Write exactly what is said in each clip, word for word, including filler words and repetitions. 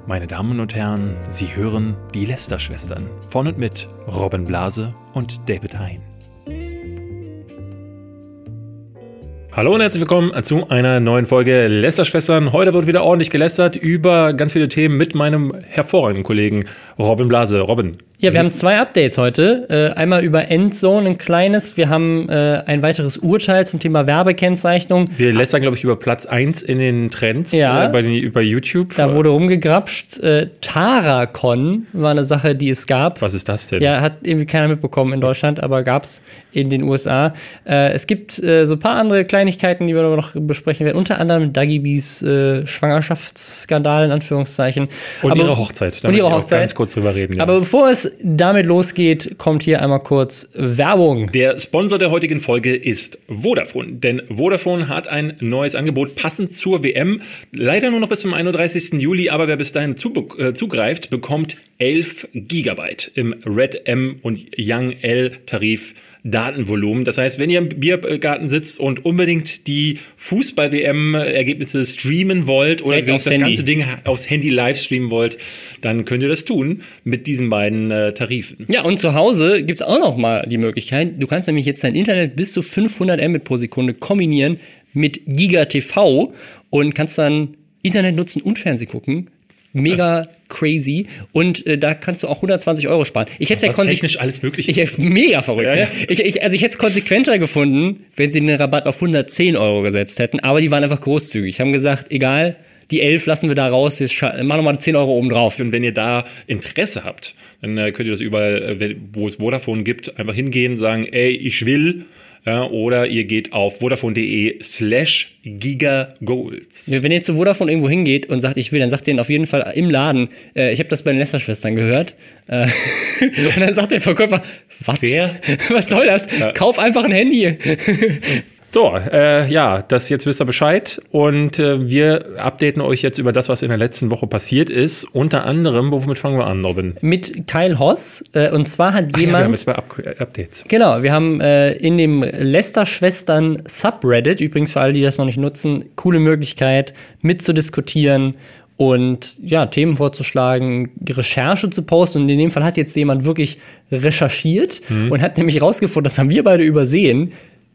Meine Damen und Herren, Sie hören die Lästerschwestern von und mit Robin Blase und David Hein. Hallo und herzlich willkommen zu einer neuen Folge Lästerschwestern. Heute wird wieder ordentlich gelästert über ganz viele Themen mit meinem hervorragenden Kollegen Robin Blase. Robin. Ja, wir haben zwei Updates heute. Äh, einmal über Endzone, ein kleines. Wir haben äh, ein weiteres Urteil zum Thema Werbekennzeichnung. Wir lästern, glaube ich, über Platz eins in den Trends ja, äh, bei, den, bei YouTube. Da wurde rumgegrapscht. Äh, Taracon war eine Sache, die es gab. Was ist das denn? Ja, hat irgendwie keiner mitbekommen in Deutschland, aber gab es in den U S A. Äh, es gibt äh, so ein paar andere Kleinigkeiten, die wir noch besprechen werden. Unter anderem Dagi B's äh, Schwangerschaftsskandal, in Anführungszeichen. Und aber, ihre Hochzeit. Da und ihre ich Hochzeit. Auch ganz kurz drüber reden. Ja. Aber bevor es damit losgeht, kommt hier einmal kurz Werbung. Der Sponsor der heutigen Folge ist Vodafone. Denn Vodafone hat ein neues Angebot passend zur W M. Leider nur noch bis zum einunddreißigsten Juli, aber wer bis dahin zugreift, bekommt elf Gigabyte im Red M und Young L Tarif Datenvolumen. Das heißt, wenn ihr im Biergarten sitzt und unbedingt die Fußball-W M-Ergebnisse streamen wollt oder das Handy. ganze Ding aufs Handy live streamen wollt, dann könnt ihr das tun mit diesen beiden äh, Tarifen. Ja, und zu Hause gibt es auch noch mal die Möglichkeit, du kannst nämlich jetzt dein Internet bis zu fünfhundert Mbit pro Sekunde kombinieren mit Giga T V und kannst dann Internet nutzen und Fernseh gucken. Mega crazy. Und äh, da kannst du auch hundertzwanzig Euro sparen. Ich hätte ja konse- technisch alles möglich ist. Ich, mega verrückt. Ja, ja. Ne? Ich, ich, also ich hätte es konsequenter gefunden, wenn sie den Rabatt auf hundertzehn Euro gesetzt hätten. Aber die waren einfach großzügig. Haben gesagt, egal, die elf lassen wir da raus. Wir scha- machen nochmal zehn Euro oben drauf. Und wenn ihr da Interesse habt, dann äh, könnt ihr das überall, äh, wo es Vodafone gibt, einfach hingehen, sagen, ey, ich will. Ja, oder ihr geht auf vodafone.de slash gigagolds. Wenn ihr zu Vodafone irgendwo hingeht und sagt, ich will, dann sagt ihr ihnen auf jeden Fall im Laden, äh, ich habe das bei den Lästerschwestern gehört. Äh, und dann sagt der Verkäufer, was? Wer? Was soll das? Ja. Kauf einfach ein Handy. So, äh, ja, das jetzt wisst ihr Bescheid und äh, wir updaten euch jetzt über das, was in der letzten Woche passiert ist. Unter anderem, womit fangen wir an, Robin? Mit Kyle Hoss. Äh, und zwar hat Ach jemand... Ja, wir haben jetzt zwei Up- Updates. Genau, wir haben äh, in dem Lästerschwestern Subreddit, übrigens für alle, die das noch nicht nutzen, coole Möglichkeit mitzudiskutieren und ja, Themen vorzuschlagen, Recherche zu posten. Und in dem Fall hat jetzt jemand wirklich recherchiert mhm. und hat nämlich rausgefunden, das haben wir beide übersehen.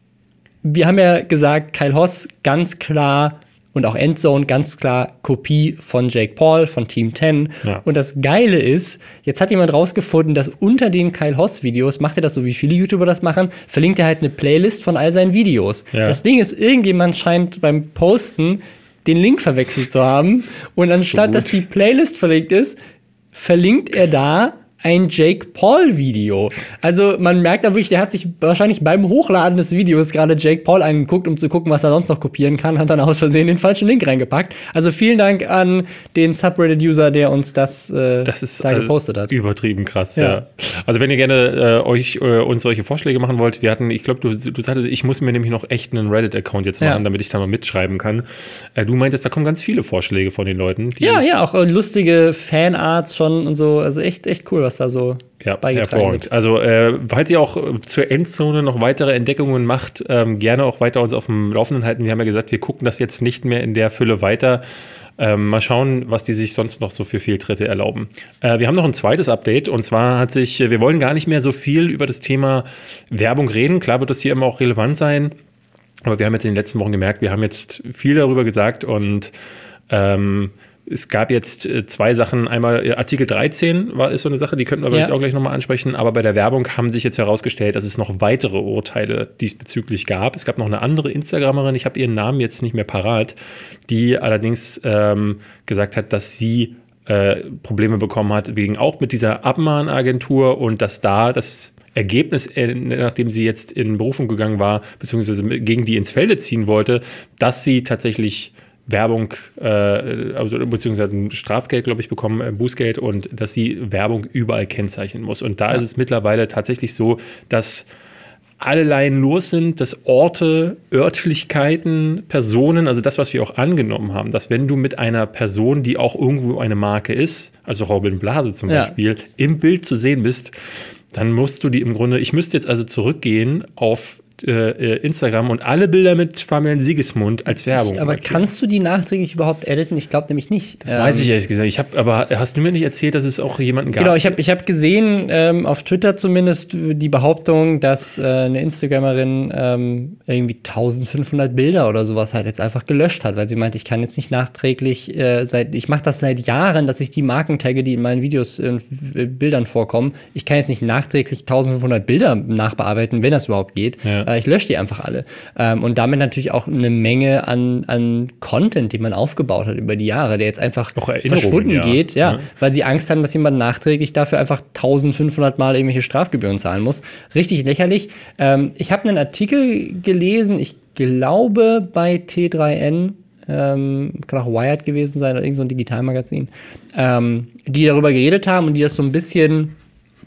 Wir haben ja gesagt, Kyle Hoss ganz klar und auch Endzone ganz klar Kopie von Jake Paul, von Team zehn. Ja. Und das Geile ist, jetzt hat jemand rausgefunden, dass unter den Kyle Hoss-Videos, macht er das so, wie viele YouTuber das machen, verlinkt er halt eine Playlist von all seinen Videos. Ja. Das Ding ist, irgendjemand scheint beim Posten den Link verwechselt zu haben. Und anstatt, so dass die Playlist verlinkt ist, verlinkt er da ein Jake Paul-Video. Also man merkt da wirklich, der hat sich wahrscheinlich beim Hochladen des Videos gerade Jake Paul angeguckt, um zu gucken, was er sonst noch kopieren kann, hat dann aus Versehen den falschen Link reingepackt. Also vielen Dank an den Subreddit-User, der uns das, äh, das ist, da gepostet hat. Übertrieben krass, ja. ja. Also wenn ihr gerne äh, euch äh, uns solche Vorschläge machen wollt, wir hatten, ich glaube, du, du sagtest, ich muss mir nämlich noch echt einen Reddit-Account jetzt machen, ja. damit ich da mal mitschreiben kann. Äh, du meintest, da kommen ganz viele Vorschläge von den Leuten. Ja, ja, auch äh, lustige Fanarts schon und so. Also echt, echt cool, was da so ja, beigetragen wird. Also, äh, falls ihr auch äh, zur Endzone noch weitere Entdeckungen macht, ähm, gerne auch weiter uns auf dem Laufenden halten. Wir haben ja gesagt, wir gucken das jetzt nicht mehr in der Fülle weiter. Ähm, mal schauen, was die sich sonst noch so für Fehltritte erlauben. Äh, wir haben noch ein zweites Update und zwar hat sich, wir wollen gar nicht mehr so viel über das Thema Werbung reden. Klar wird das hier immer auch relevant sein, aber wir haben jetzt in den letzten Wochen gemerkt, wir haben jetzt viel darüber gesagt und ähm, es gab jetzt zwei Sachen. Einmal Artikel dreizehn war, ist so eine Sache, die könnten wir vielleicht ja. auch gleich nochmal ansprechen. Aber bei der Werbung haben sich jetzt herausgestellt, dass es noch weitere Urteile diesbezüglich gab. Es gab noch eine andere Instagramerin, ich habe ihren Namen jetzt nicht mehr parat, die allerdings ähm, gesagt hat, dass sie äh, Probleme bekommen hat, wegen auch mit dieser Abmahnagentur und dass da das Ergebnis, nachdem sie jetzt in Berufung gegangen war, beziehungsweise gegen die ins Felde ziehen wollte, dass sie tatsächlich Werbung, äh, also, beziehungsweise ein Strafgeld, glaube ich, bekommen, äh, Bußgeld und dass sie Werbung überall kennzeichnen muss. Und da ja. ist es mittlerweile tatsächlich so, dass alle Leinen los sind, dass Orte, Örtlichkeiten, Personen, also das, was wir auch angenommen haben, dass wenn du mit einer Person, die auch irgendwo eine Marke ist, also Robin Blase zum ja. Beispiel, im Bild zu sehen bist, dann musst du die im Grunde, ich müsste jetzt also zurückgehen auf äh, Instagram und alle Bilder mit Fabian Sigismund als Werbung. Ich, aber kannst du die nachträglich überhaupt editen? Ich glaube nämlich nicht. Das ähm, weiß ich ehrlich gesagt. Ich hab, aber hast du mir nicht erzählt, dass es auch jemanden gab? Genau, ich habe ich hab gesehen, ähm, auf Twitter zumindest, die Behauptung, dass äh, eine Instagramerin ähm, irgendwie eintausendfünfhundert Bilder oder sowas halt jetzt einfach gelöscht hat, weil sie meint, ich kann jetzt nicht nachträglich, äh, seit ich mache das seit Jahren, dass ich die Marken tagge, die in meinen Videos in äh, Bildern vorkommen. Ich kann jetzt nicht nachträglich eintausendfünfhundert Bilder nachbearbeiten, wenn das überhaupt geht. Ja. Äh, ich lösche die einfach alle. Ähm, und damit natürlich auch eine Menge an, an Content, den man aufgebaut hat über die Jahre, der jetzt einfach verschwunden ja. geht, ja, ja, weil sie Angst haben, dass jemand nachträglich dafür einfach eintausendfünfhundert Mal irgendwelche Strafgebühren zahlen muss. Richtig lächerlich. Ähm, ich habe einen Artikel gelesen, ich glaube bei T drei N, ähm, kann auch Wired gewesen sein oder irgend so ein Digitalmagazin, ähm, die darüber geredet haben und die das so ein bisschen,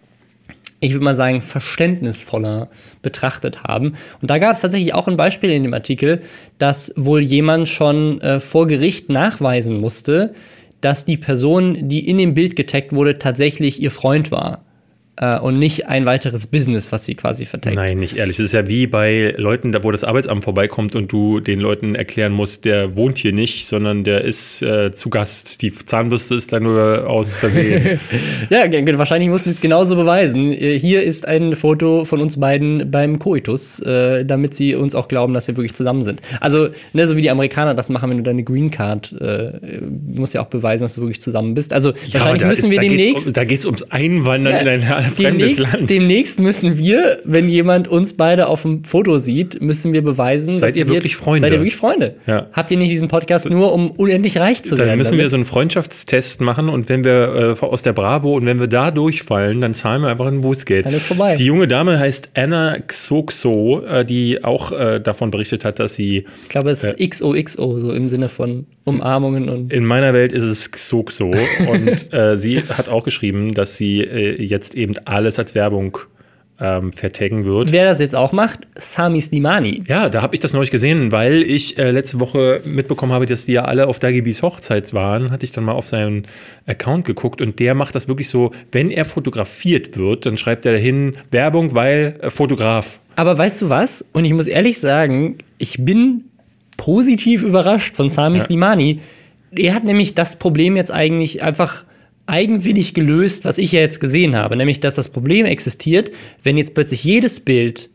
ich würde mal sagen, verständnisvoller betrachtet haben. Und da gab es tatsächlich auch ein Beispiel in dem Artikel, dass wohl jemand schon äh, vor Gericht nachweisen musste, dass die Person, die in dem Bild getaggt wurde, tatsächlich ihr Freund war. Äh, und nicht ein weiteres Business, was sie quasi vertaggt. Nein, nicht ehrlich. Das ist ja wie bei Leuten, da wo das Arbeitsamt vorbeikommt und du den Leuten erklären musst, der wohnt hier nicht, sondern der ist äh, zu Gast. Die Zahnbürste ist da nur aus Versehen. Ja, wahrscheinlich mussten sie es genauso beweisen. Hier ist ein Foto von uns beiden beim Koitus, äh, damit sie uns auch glauben, dass wir wirklich zusammen sind. Also, ne, so wie die Amerikaner das machen, wenn du deine Green Card, äh, du musst ja auch beweisen, dass du wirklich zusammen bist. Also, ja, wahrscheinlich müssen ist, wir da demnächst... Geht's um, da geht es ums Einwandern ja, in ein fremdes demnächst, Land. Demnächst müssen wir, wenn jemand uns beide auf dem Foto sieht, müssen wir beweisen, seid ihr wirklich Freunde? Seid ihr wirklich Freunde? Ja. Habt ihr nicht diesen Podcast nur, um unendlich reich zu werden? Dann müssen damit? wir so einen Freundschaftstest machen und wenn wir äh, aus der Bravo und wenn wir da durchfallen, dann zahlen wir einfach ein Bußgeld. Dann ist vorbei. Die junge Dame heißt Anna Xoxo, äh, die auch äh, davon berichtet hat, dass sie... Ich glaube, es ist äh, X O X O, so im Sinne von Umarmungen und... In meiner Welt ist es Xoxo und äh, sie hat auch geschrieben, dass sie äh, jetzt eben alles als Werbung ähm, vertaggen wird. Wer das jetzt auch macht, Sami Slimani. Ja, da habe ich das neulich gesehen, weil ich äh, letzte Woche mitbekommen habe, dass die ja alle auf Dagibis Hochzeit waren, hatte ich dann mal auf seinen Account geguckt und der macht das wirklich so, wenn er fotografiert wird, dann schreibt er dahin Werbung, weil äh, Fotograf. Aber weißt du was? Und ich muss ehrlich sagen, ich bin positiv überrascht von Sami ja. Slimani. Er hat nämlich das Problem jetzt eigentlich einfach eigenwillig gelöst, was ich ja jetzt gesehen habe. Nämlich, dass das Problem existiert, wenn jetzt plötzlich jedes Bild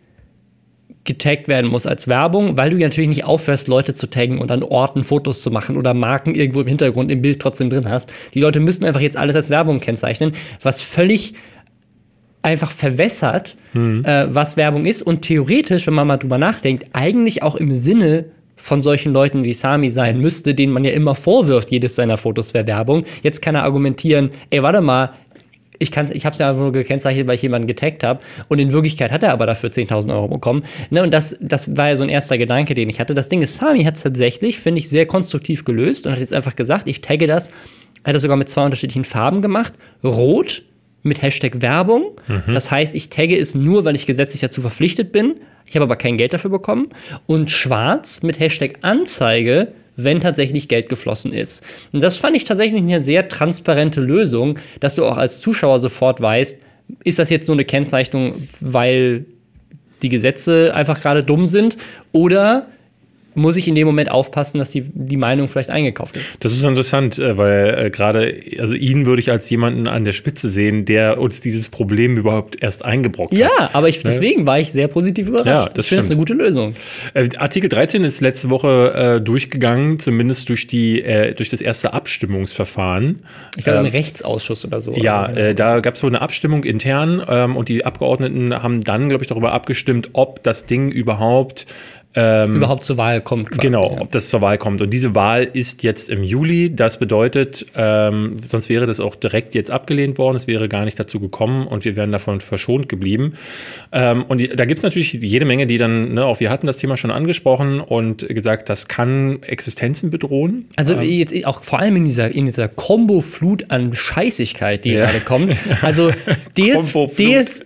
getaggt werden muss als Werbung, weil du ja natürlich nicht aufhörst, Leute zu taggen und an Orten Fotos zu machen oder Marken irgendwo im Hintergrund im Bild trotzdem drin hast. Die Leute müssen einfach jetzt alles als Werbung kennzeichnen, was völlig einfach verwässert, mhm. äh, was Werbung ist und theoretisch, wenn man mal drüber nachdenkt, eigentlich auch im Sinne von solchen Leuten wie Sami sein müsste, denen man ja immer vorwirft, jedes seiner Fotos wäre Werbung. Jetzt kann er argumentieren, ey, warte mal, ich, ich habe es ja einfach nur gekennzeichnet, weil ich jemanden getaggt habe und in Wirklichkeit hat er aber dafür zehntausend Euro bekommen. Ne, und das, das war ja so ein erster Gedanke, den ich hatte. Das Ding ist, Sami hat es tatsächlich, finde ich, sehr konstruktiv gelöst und hat jetzt einfach gesagt, ich tagge das, hat das sogar mit zwei unterschiedlichen Farben gemacht. Rot mit Hashtag Werbung. Mhm. Das heißt, ich tagge es nur, weil ich gesetzlich dazu verpflichtet bin. Ich habe aber kein Geld dafür bekommen. Und schwarz mit Hashtag Anzeige, wenn tatsächlich Geld geflossen ist. Und das fand ich tatsächlich eine sehr transparente Lösung, dass du auch als Zuschauer sofort weißt, ist das jetzt nur eine Kennzeichnung, weil die Gesetze einfach gerade dumm sind oder muss ich in dem Moment aufpassen, dass die, die Meinung vielleicht eingekauft ist. Das ist interessant, weil äh, gerade, also ihn würde ich als jemanden an der Spitze sehen, der uns dieses Problem überhaupt erst eingebrockt ja, hat. Ja, aber ich, deswegen ja. war ich sehr positiv überrascht. Ja, das ich finde es eine gute Lösung. Äh, Artikel dreizehn ist letzte Woche äh, durchgegangen, zumindest durch, die, äh, durch das erste Abstimmungsverfahren. Ich glaube, ähm, im Rechtsausschuss oder so. Ja, oder? Äh, da gab es wohl eine Abstimmung intern ähm, und die Abgeordneten haben dann, glaube ich, darüber abgestimmt, ob das Ding überhaupt Ähm, überhaupt zur Wahl kommt. Quasi, genau, ja. ob das zur Wahl kommt. Und diese Wahl ist jetzt im Juli. Das bedeutet, ähm, sonst wäre das auch direkt jetzt abgelehnt worden. Es wäre gar nicht dazu gekommen und wir wären davon verschont geblieben. Ähm, und die, da gibt es natürlich jede Menge, die dann, ne, auch wir hatten das Thema schon angesprochen und gesagt, das kann Existenzen bedrohen. Also ähm, jetzt auch vor allem in dieser, in dieser Kombo-Flut an Scheißigkeit, die ja. gerade kommt. Also D S, D S,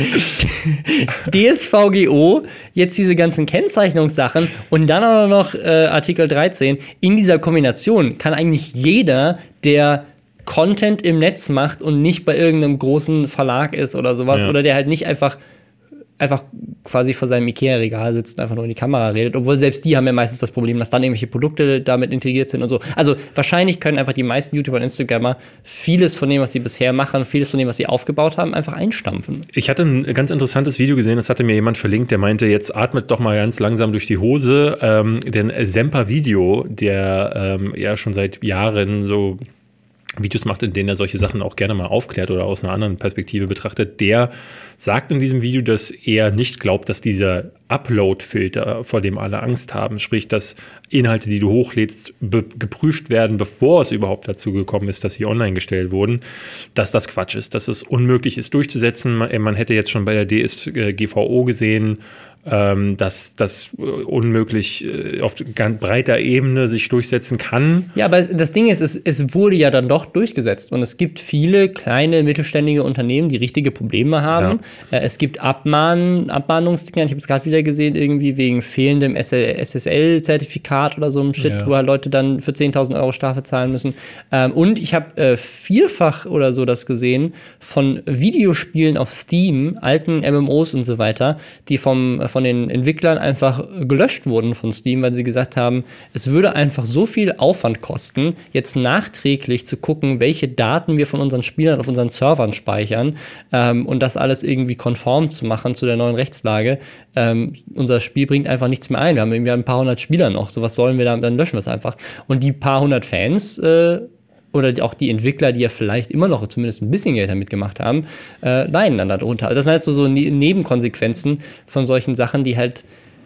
D S V G O, jetzt diese ganzen Kennzeichen Sachen und dann auch noch äh, Artikel dreizehn. In dieser Kombination kann eigentlich jeder, der Content im Netz macht und nicht bei irgendeinem großen Verlag ist oder sowas, ja. oder der halt nicht einfach einfach quasi vor seinem Ikea-Regal sitzt und einfach nur in die Kamera redet. Obwohl selbst die haben ja meistens das Problem, dass dann irgendwelche Produkte damit integriert sind und so. Also wahrscheinlich können einfach die meisten YouTuber und Instagrammer vieles von dem, was sie bisher machen, vieles von dem, was sie aufgebaut haben, einfach einstampfen. Ich hatte ein ganz interessantes Video gesehen, das hatte mir jemand verlinkt, der meinte, jetzt atmet doch mal ganz langsam durch die Hose. Ähm, denn Semper Video, der ähm, ja schon seit Jahren so Videos macht, in denen er solche Sachen auch gerne mal aufklärt oder aus einer anderen Perspektive betrachtet, der sagt in diesem Video, dass er nicht glaubt, dass dieser Upload-Filter, vor dem alle Angst haben, sprich, dass Inhalte, die du hochlädst, be- geprüft werden, bevor es überhaupt dazu gekommen ist, dass sie online gestellt wurden, dass das Quatsch ist, dass es unmöglich ist durchzusetzen. Man, man hätte jetzt schon bei der D S G V O gesehen, Ähm, dass das unmöglich äh, auf ganz breiter Ebene sich durchsetzen kann. Ja, aber das Ding ist, es, es wurde ja dann doch durchgesetzt und es gibt viele kleine, mittelständige Unternehmen, die richtige Probleme haben. Ja. Äh, es gibt Abmahn, Abmahnungsdinger, ich habe es gerade wieder gesehen, irgendwie wegen fehlendem S S L-Zertifikat oder so einem Shit, ja. wo halt Leute dann für zehntausend Euro Strafe zahlen müssen. Ähm, und ich habe äh, vierfach oder so das gesehen von Videospielen auf Steam, alten M M Os und so weiter, die vom von den Entwicklern einfach gelöscht wurden von Steam, weil sie gesagt haben, es würde einfach so viel Aufwand kosten, jetzt nachträglich zu gucken, welche Daten wir von unseren Spielern auf unseren Servern speichern ähm, und das alles irgendwie konform zu machen zu der neuen Rechtslage. Ähm, unser Spiel bringt einfach nichts mehr ein. Wir haben irgendwie ein paar hundert Spieler noch. So was sollen wir da, dann löschen wir es einfach. Und die paar hundert Fans äh, oder auch die Entwickler, die ja vielleicht immer noch zumindest ein bisschen Geld damit gemacht haben, äh, leiden dann darunter. Also das sind halt so, so ne- Nebenkonsequenzen von solchen Sachen, die halt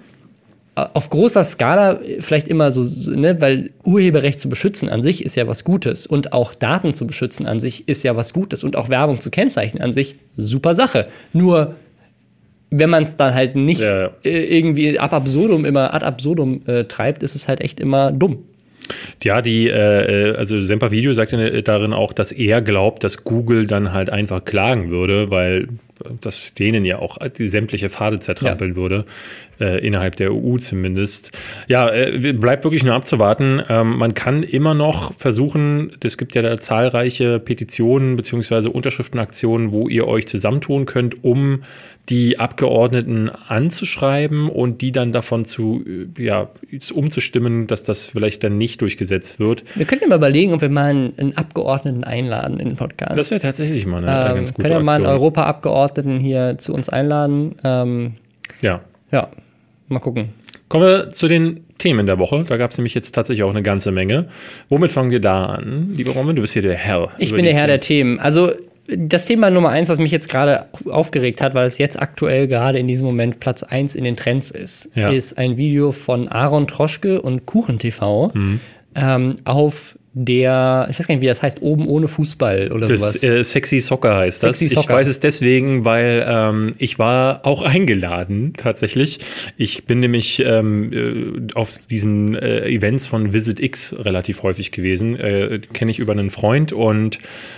auf großer Skala vielleicht immer so, ne, weil Urheberrecht zu beschützen an sich ist ja was Gutes und auch Daten zu beschützen an sich ist ja was Gutes und auch Werbung zu kennzeichnen an sich, super Sache. Nur wenn man es dann halt nicht ja. äh, irgendwie ab absurdum immer ad absurdum äh, treibt, ist es halt echt immer dumm. Ja, die, äh, also Semper Video sagt ja darin auch, dass er glaubt, dass Google dann halt einfach klagen würde, weil das denen ja auch die sämtliche Pfade zertrampeln ja. würde, äh, innerhalb der E U zumindest. Ja, äh, bleibt wirklich nur abzuwarten. Ähm, man kann immer noch versuchen, es gibt ja da zahlreiche Petitionen bzw. Unterschriftenaktionen, wo ihr euch zusammentun könnt, um die Abgeordneten anzuschreiben und die dann davon zu, ja, umzustimmen, dass das vielleicht dann nicht durchgesetzt wird. Wir könnten mal überlegen, ob wir mal einen, einen Abgeordneten einladen in den Podcast. Das wäre tatsächlich mal eine, ähm, eine ganz gute können wir mal einen Aktion. Europaabgeordneten hier zu uns einladen. Ähm, ja. Ja, mal gucken. Kommen wir zu den Themen der Woche. Da gab es nämlich jetzt tatsächlich auch eine ganze Menge. Womit fangen wir da an? Lieber Roman, du bist hier der Herr. Ich bin der Herr der Themen. Also das Thema Nummer eins, was mich jetzt gerade aufgeregt hat, weil es jetzt aktuell gerade in diesem Moment Platz eins in den Trends ist, ja. ist ein Video von Aaron Troschke und KuchenTV mhm. ähm, auf der, ich weiß gar nicht, wie das heißt, oben ohne Fußball oder das, sowas. Äh, Sexy Soccer heißt Sexy das. Soccer. Ich weiß es deswegen, weil ähm, ich war auch eingeladen, tatsächlich. Ich bin nämlich ähm, auf diesen äh, Events von Visit X relativ häufig gewesen. Äh, kenne ich über einen Freund und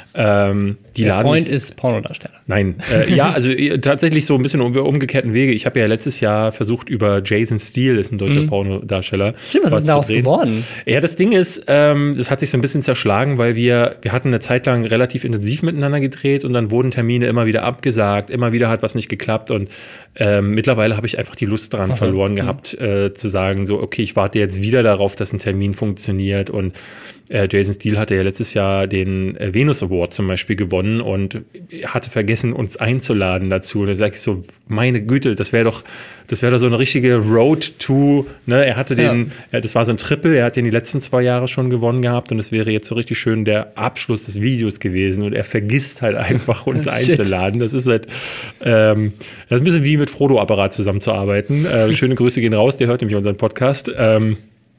ähm, die Der laden Freund mich, ist Pornodarsteller. Nein, äh, ja, also tatsächlich so ein bisschen um, umgekehrten Wege. Ich habe ja letztes Jahr versucht, über Jason Steele, ist ein deutscher mhm. Pornodarsteller. Stimmt, was ist denn daraus geworden? Ja, das Ding ist, ähm, das hat sich so ein bisschen zerschlagen, weil wir, wir hatten eine Zeit lang relativ intensiv miteinander gedreht und dann wurden Termine immer wieder abgesagt, immer wieder hat was nicht geklappt und ähm, mittlerweile habe ich einfach die Lust daran Ach, verloren mhm. gehabt, äh, zu sagen, so, okay, ich warte jetzt wieder darauf, dass ein Termin funktioniert und Äh, Jason Steele hatte ja letztes Jahr den äh, Venus Award zum Beispiel gewonnen und hatte vergessen, uns einzuladen dazu. Und da sage ich so, meine Güte, das wäre doch, das wäre doch so eine richtige Road to, ne? Er hatte den, ja. das war so ein Triple, er hat den die letzten zwei Jahre schon gewonnen gehabt und es wäre jetzt so richtig schön der Abschluss des Videos gewesen und er vergisst halt einfach, uns einzuladen. Das ist halt, ähm, das ist ein bisschen wie mit Frodo-Apparat zusammenzuarbeiten. Äh, schöne Grüße gehen raus, der hört nämlich unseren Podcast. Ähm,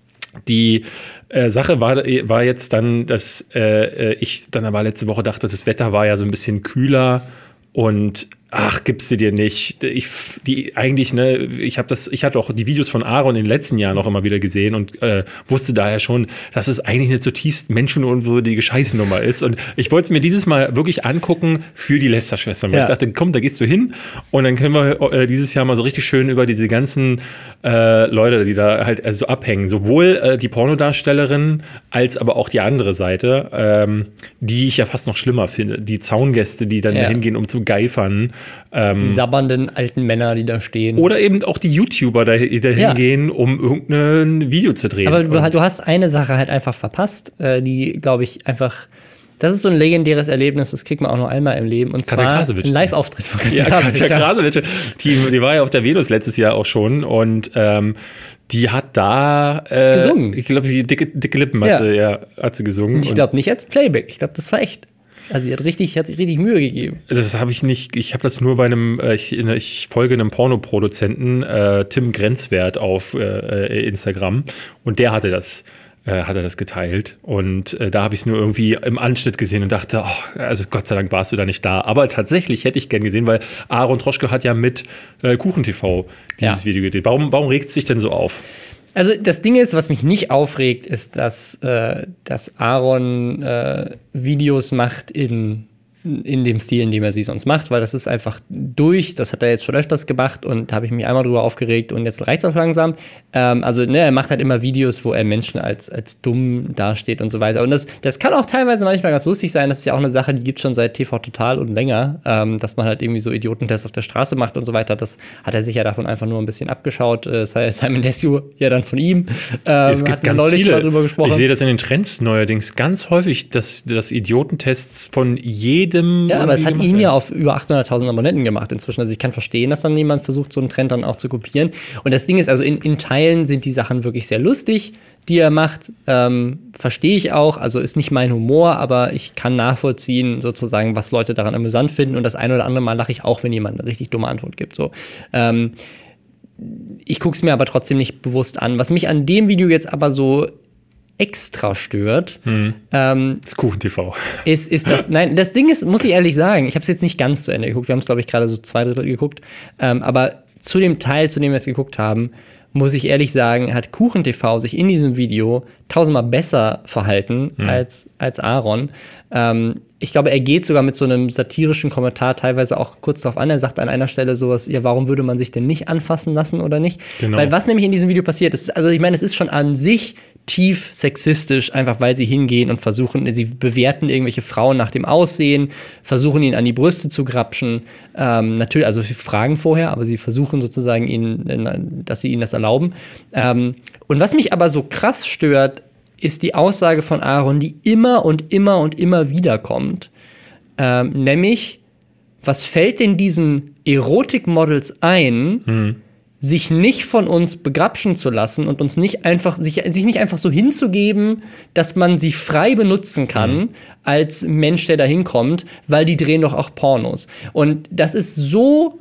Die äh, Sache war, war jetzt dann, dass äh, ich dann aber letzte Woche dachte, das Wetter war ja so ein bisschen kühler und ach, gibst du dir nicht. Ich, die, eigentlich, ne, ich habe das, ich hatte auch die Videos von Aaron in den letzten Jahren auch immer wieder gesehen und äh, wusste daher schon, dass es eigentlich eine zutiefst menschenunwürdige Scheißnummer ist. Und ich wollte es mir dieses Mal wirklich angucken für die Lester-Schwestern. Weil ja. ich dachte, komm, da gehst du hin und dann können wir äh, dieses Jahr mal so richtig schön über diese ganzen äh, Leute, die da halt also abhängen. Sowohl äh, die Pornodarstellerin als aber auch die andere Seite, ähm, die ich ja fast noch schlimmer finde. Die Zaungäste, die dann ja. hingehen, um zu geifern. Ähm, die sabbernden alten Männer, die da stehen. Oder eben auch die YouTuber, die da hingehen, ja. um irgendein Video zu drehen. Aber du, du hast eine Sache halt einfach verpasst, die, glaube ich, einfach... Das ist so ein legendäres Erlebnis, das kriegt man auch nur einmal im Leben. Und Katja zwar Krasowitsch. ein Live-Auftritt von Katja Krasowitsch. Ja, Katja Krasowitsch. Die, die war ja auf der Venus letztes Jahr auch schon und ähm, die hat da äh, gesungen. Ich glaube, die dicke, dicke Lippen hat, ja. Sie, ja, hat sie gesungen. Und ich glaube nicht als Playback, ich glaube, das war echt. Also sie hat, richtig, hat sich richtig Mühe gegeben. Das habe ich nicht, ich habe das nur bei einem, äh, ich, ich folge einem Pornoproduzenten, äh, Tim Grenzwert auf äh, Instagram und der hatte das. hat er das geteilt und äh, da habe ich es nur irgendwie im Anschnitt gesehen und dachte, oh, also Gott sei Dank warst du da nicht da. Aber tatsächlich hätte ich gern gesehen, weil Aaron Troschke hat ja mit äh, KuchenTV dieses ja. Video gedreht. Warum, warum regt es sich denn so auf? Also das Ding ist, was mich nicht aufregt, ist, dass, äh, dass Aaron äh, Videos macht in in dem Stil, in dem er sie sonst macht, weil das ist einfach durch, das hat er jetzt schon öfters gemacht und da habe ich mich einmal drüber aufgeregt und jetzt reicht es auch langsam. Ähm, also ne, er macht halt immer Videos, wo er Menschen als, als dumm dasteht und so weiter und das, das kann auch teilweise manchmal ganz lustig sein, das ist ja auch eine Sache, die gibt es schon seit T V Total und länger, ähm, dass man halt irgendwie so Idiotentests auf der Straße macht und so weiter, das hat er sich ja davon einfach nur ein bisschen abgeschaut, äh, Simon Desue ja dann von ihm, ähm, es gibt ganz neulich viele, mal drüber gesprochen. Ich sehe das in den Trends neuerdings ganz häufig, dass, dass Idiotentests von jedem Ja, aber es hat ihn ja auf über achthunderttausend Abonnenten gemacht inzwischen. Also ich kann verstehen, dass dann jemand versucht, so einen Trend dann auch zu kopieren. Und das Ding ist, also in, in Teilen sind die Sachen wirklich sehr lustig, die er macht. Ähm, verstehe ich auch. Also ist nicht mein Humor, aber ich kann nachvollziehen, sozusagen, was Leute daran amüsant finden. Und das eine oder andere Mal lache ich auch, wenn jemand eine richtig dumme Antwort gibt. So. Ähm, ich gucke es mir aber trotzdem nicht bewusst an. Was mich an dem Video jetzt aber so extra stört. Hm. Ähm, das KuchenTV. Ist, ist das, nein, das Ding ist, muss ich ehrlich sagen, ich habe es jetzt nicht ganz zu Ende geguckt. Wir haben es, glaube ich, gerade so zwei Drittel geguckt. Ähm, aber zu dem Teil, zu dem wir es geguckt haben, muss ich ehrlich sagen, hat KuchenTV sich in diesem Video tausendmal besser verhalten hm. als, als Aaron. Ähm, ich glaube, er geht sogar mit so einem satirischen Kommentar teilweise auch kurz darauf an. Er sagt an einer Stelle sowas, ja, warum würde man sich denn nicht anfassen lassen oder nicht? Genau. Weil was nämlich in diesem Video passiert ist, also ich meine, es ist schon an sich tief sexistisch, einfach weil sie hingehen und versuchen, sie bewerten irgendwelche Frauen nach dem Aussehen, versuchen ihnen an die Brüste zu grapschen. Ähm, natürlich, also sie fragen vorher, aber sie versuchen sozusagen ihnen, dass sie ihnen das erlauben. Ähm, und was mich aber so krass stört, ist die Aussage von Aaron, die immer und immer und immer wieder kommt. Ähm, nämlich, was fällt denn diesen Erotik-Models ein, hm. sich nicht von uns begrapschen zu lassen und uns nicht einfach, sich, sich nicht einfach so hinzugeben, dass man sie frei benutzen kann mhm. als Mensch, der da hinkommt, weil die drehen doch auch Pornos. Und das ist so,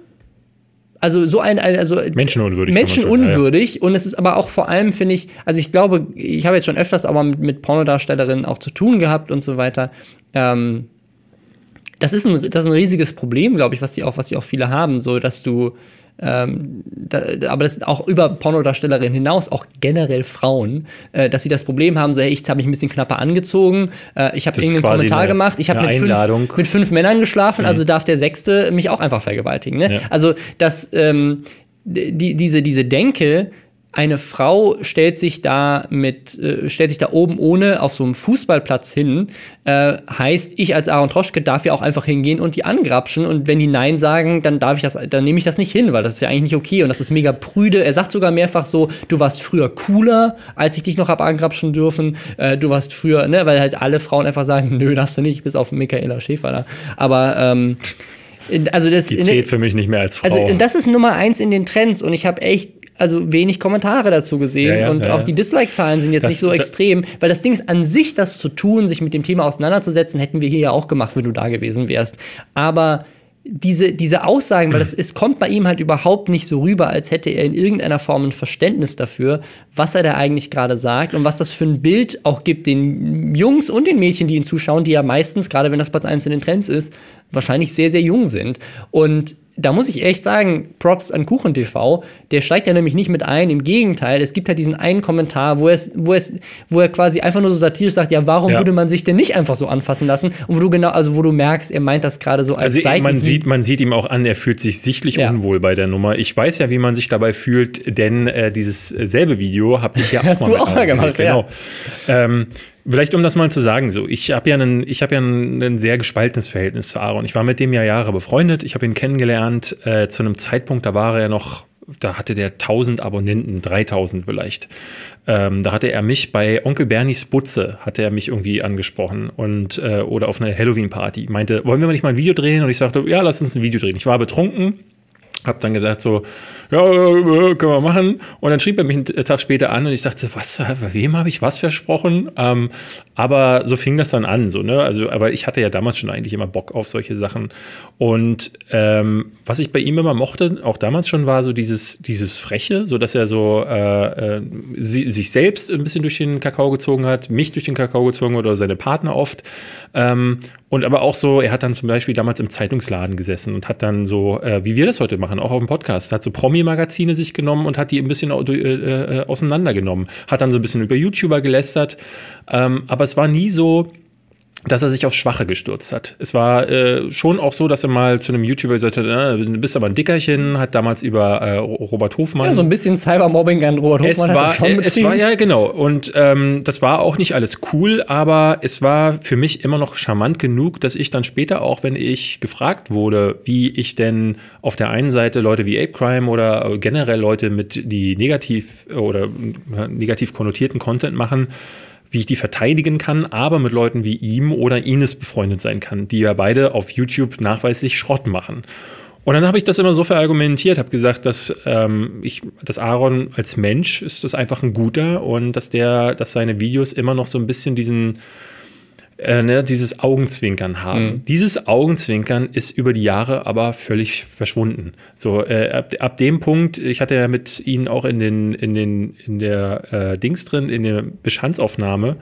also so ein, also menschenunwürdig. Menschenunwürdig. Ja, ja. Und es ist aber auch vor allem, finde ich, also ich glaube, ich habe jetzt schon öfters auch mal mit, mit Pornodarstellerinnen auch zu tun gehabt und so weiter. Ähm, das ist ein, das ist ein riesiges Problem, glaube ich, was die auch, was die auch viele haben, so dass du Ähm, da, aber das ist auch über Pornodarstellerinnen hinaus, auch generell Frauen, äh, dass sie das Problem haben, so, hey, ich habe mich ein bisschen knapper angezogen, äh, ich habe irgendeinen Kommentar eine, gemacht, ich habe mit fünf, mit fünf Männern geschlafen, mhm. also darf der Sechste mich auch einfach vergewaltigen. Ne? Ja. Also, dass ähm, die, diese, diese Denke, eine Frau stellt sich da mit, äh, stellt sich da oben ohne auf so einem Fußballplatz hin, äh, heißt, ich als Aaron Troschke darf ja auch einfach hingehen und die angrapschen und wenn die Nein sagen, dann darf ich das, dann nehme ich das nicht hin, weil das ist ja eigentlich nicht okay und das ist mega prüde. Er sagt sogar mehrfach so, du warst früher cooler, als ich dich noch hab angrapschen dürfen, äh, du warst früher, ne, weil halt alle Frauen einfach sagen, nö, darfst du nicht, bis auf Michaela Schäfer da. Aber, ähm, also das die zählt für mich nicht mehr als Frau. Also das ist Nummer eins in den Trends und ich habe echt also wenig Kommentare dazu gesehen ja, ja, und ja, auch die Dislike-Zahlen sind jetzt das, nicht so extrem, weil das Ding ist, an sich das zu tun, sich mit dem Thema auseinanderzusetzen, hätten wir hier ja auch gemacht, wenn du da gewesen wärst. Aber diese, diese Aussagen, weil das, es kommt bei ihm halt überhaupt nicht so rüber, als hätte er in irgendeiner Form ein Verständnis dafür, was er da eigentlich gerade sagt und was das für ein Bild auch gibt den Jungs und den Mädchen, die ihn zuschauen, die ja meistens, gerade wenn das Platz eins in den Trends ist, wahrscheinlich sehr, sehr jung sind. Und da muss ich echt sagen, Props an KuchenTV, der steigt ja nämlich nicht mit ein, im Gegenteil, es gibt halt diesen einen Kommentar, wo, es, wo, es, wo er quasi einfach nur so satirisch sagt, ja, warum ja. würde man sich denn nicht einfach so anfassen lassen? Und wo du genau, also wo du merkst, er meint das gerade so als also Seiten. Man sieht, man sieht ihm auch an, er fühlt sich sichtlich ja. unwohl bei der Nummer. Ich weiß ja, wie man sich dabei fühlt, denn äh, dieses selbe Video habe ich ja auch Hast mal, du auch mal gemacht, genau. Ja. Ähm, Vielleicht um das mal zu sagen, so ich habe ja, einen, ich hab ja ein, ein sehr gespaltenes Verhältnis zu Aaron. Ich war mit dem ja Jahre befreundet, ich habe ihn kennengelernt äh, zu einem Zeitpunkt, da war er ja noch, da hatte der tausend Abonnenten, dreitausend vielleicht. Ähm, da hatte er mich bei Onkel Bernies Butze, hatte er mich irgendwie angesprochen und äh, oder auf einer Halloween-Party. Meinte, wollen wir mal nicht mal ein Video drehen? Und ich sagte, ja, lass uns ein Video drehen. Ich war betrunken. Hab dann gesagt so, ja, können wir machen. Und dann schrieb er mich einen Tag später an und ich dachte, was, bei wem habe ich was versprochen? Ähm, aber so fing das dann an, so, ne? Also, aber ich hatte ja damals schon eigentlich immer Bock auf solche Sachen. Und ähm, was ich bei ihm immer mochte, auch damals schon, war so dieses, dieses Freche, so dass er so äh, äh, sie, sich selbst ein bisschen durch den Kakao gezogen hat, mich durch den Kakao gezogen hat oder seine Partner oft. Ähm, und aber auch so, er hat dann zum Beispiel damals im Zeitungsladen gesessen und hat dann so, äh, wie wir das heute machen, auch auf dem Podcast, hat so Promi-Magazine sich genommen und hat die ein bisschen äh, äh, auseinandergenommen. Hat dann so ein bisschen über YouTuber gelästert. Ähm, aber es war nie so, dass er sich aufs Schwache gestürzt hat. Es war äh, schon auch so, dass er mal zu einem YouTuber gesagt hat, äh, du bist aber ein Dickerchen, hat damals über äh, Robert Hofmann. Ja, so ein bisschen Cybermobbing an Robert Hofmann es war, hat er schon äh, es war ja, genau. Und ähm, das war auch nicht alles cool, aber es war für mich immer noch charmant genug, dass ich dann später auch, wenn ich gefragt wurde, wie ich denn auf der einen Seite Leute wie Apecrime oder generell Leute mit, die negativ oder äh, negativ konnotierten Content machen, wie ich die verteidigen kann, aber mit Leuten wie ihm oder Ines befreundet sein kann, die ja beide auf YouTube nachweislich Schrott machen. Und dann habe ich das immer so verargumentiert, habe gesagt, dass ähm, ich, dass Aaron als Mensch ist das einfach ein guter und dass der, dass seine Videos immer noch so ein bisschen diesen Äh, ne, dieses Augenzwinkern haben. Mhm. Dieses Augenzwinkern ist über die Jahre aber völlig verschwunden. So äh, ab, ab dem Punkt, ich hatte ja mit ihnen auch in den in den in der äh, Dings drin, in der Bestandsaufnahme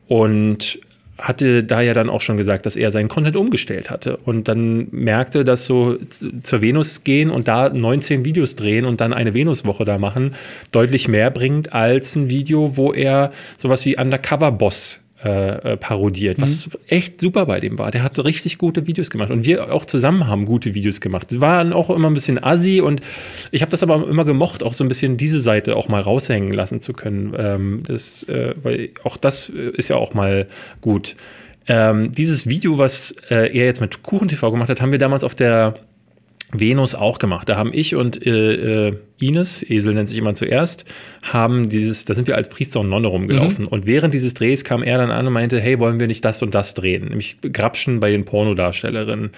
und hatte da ja dann auch schon gesagt, dass er seinen Content umgestellt hatte und dann merkte, dass so z- zur Venus gehen und da neunzehn Videos drehen und dann eine Venuswoche da machen, deutlich mehr bringt als ein Video, wo er sowas wie Undercover-Boss Äh, parodiert, was mhm. echt super bei dem war. Der hat richtig gute Videos gemacht und wir auch zusammen haben gute Videos gemacht. Die waren auch immer ein bisschen assi und ich habe das aber immer gemocht, auch so ein bisschen diese Seite auch mal raushängen lassen zu können. Ähm, das, äh, weil auch das ist ja auch mal gut. Ähm, dieses Video, was äh, er jetzt mit KuchenTV gemacht hat, haben wir damals auf der Venus auch gemacht. Da haben ich und äh, Ines, Esel nennt sich jemand zuerst, haben dieses, da sind wir als Priester und Nonne rumgelaufen. Mhm. Und während dieses Drehs kam er dann an und meinte, hey, wollen wir nicht das und das drehen? Nämlich Grapschen bei den Pornodarstellerinnen.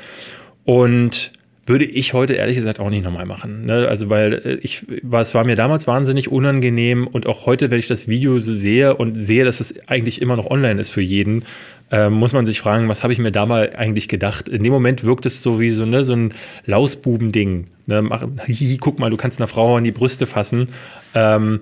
Und würde ich heute ehrlich gesagt auch nicht nochmal machen. Ne? Also, weil ich, es war mir damals wahnsinnig unangenehm und auch heute, wenn ich das Video so sehe und sehe, dass es eigentlich immer noch online ist für jeden, äh, muss man sich fragen, was habe ich mir da mal eigentlich gedacht? In dem Moment wirkt es so wie so, ne, so ein Lausbuben-Ding. Ne? Mach, hi, guck mal, du kannst einer Frau an die Brüste fassen. Ähm,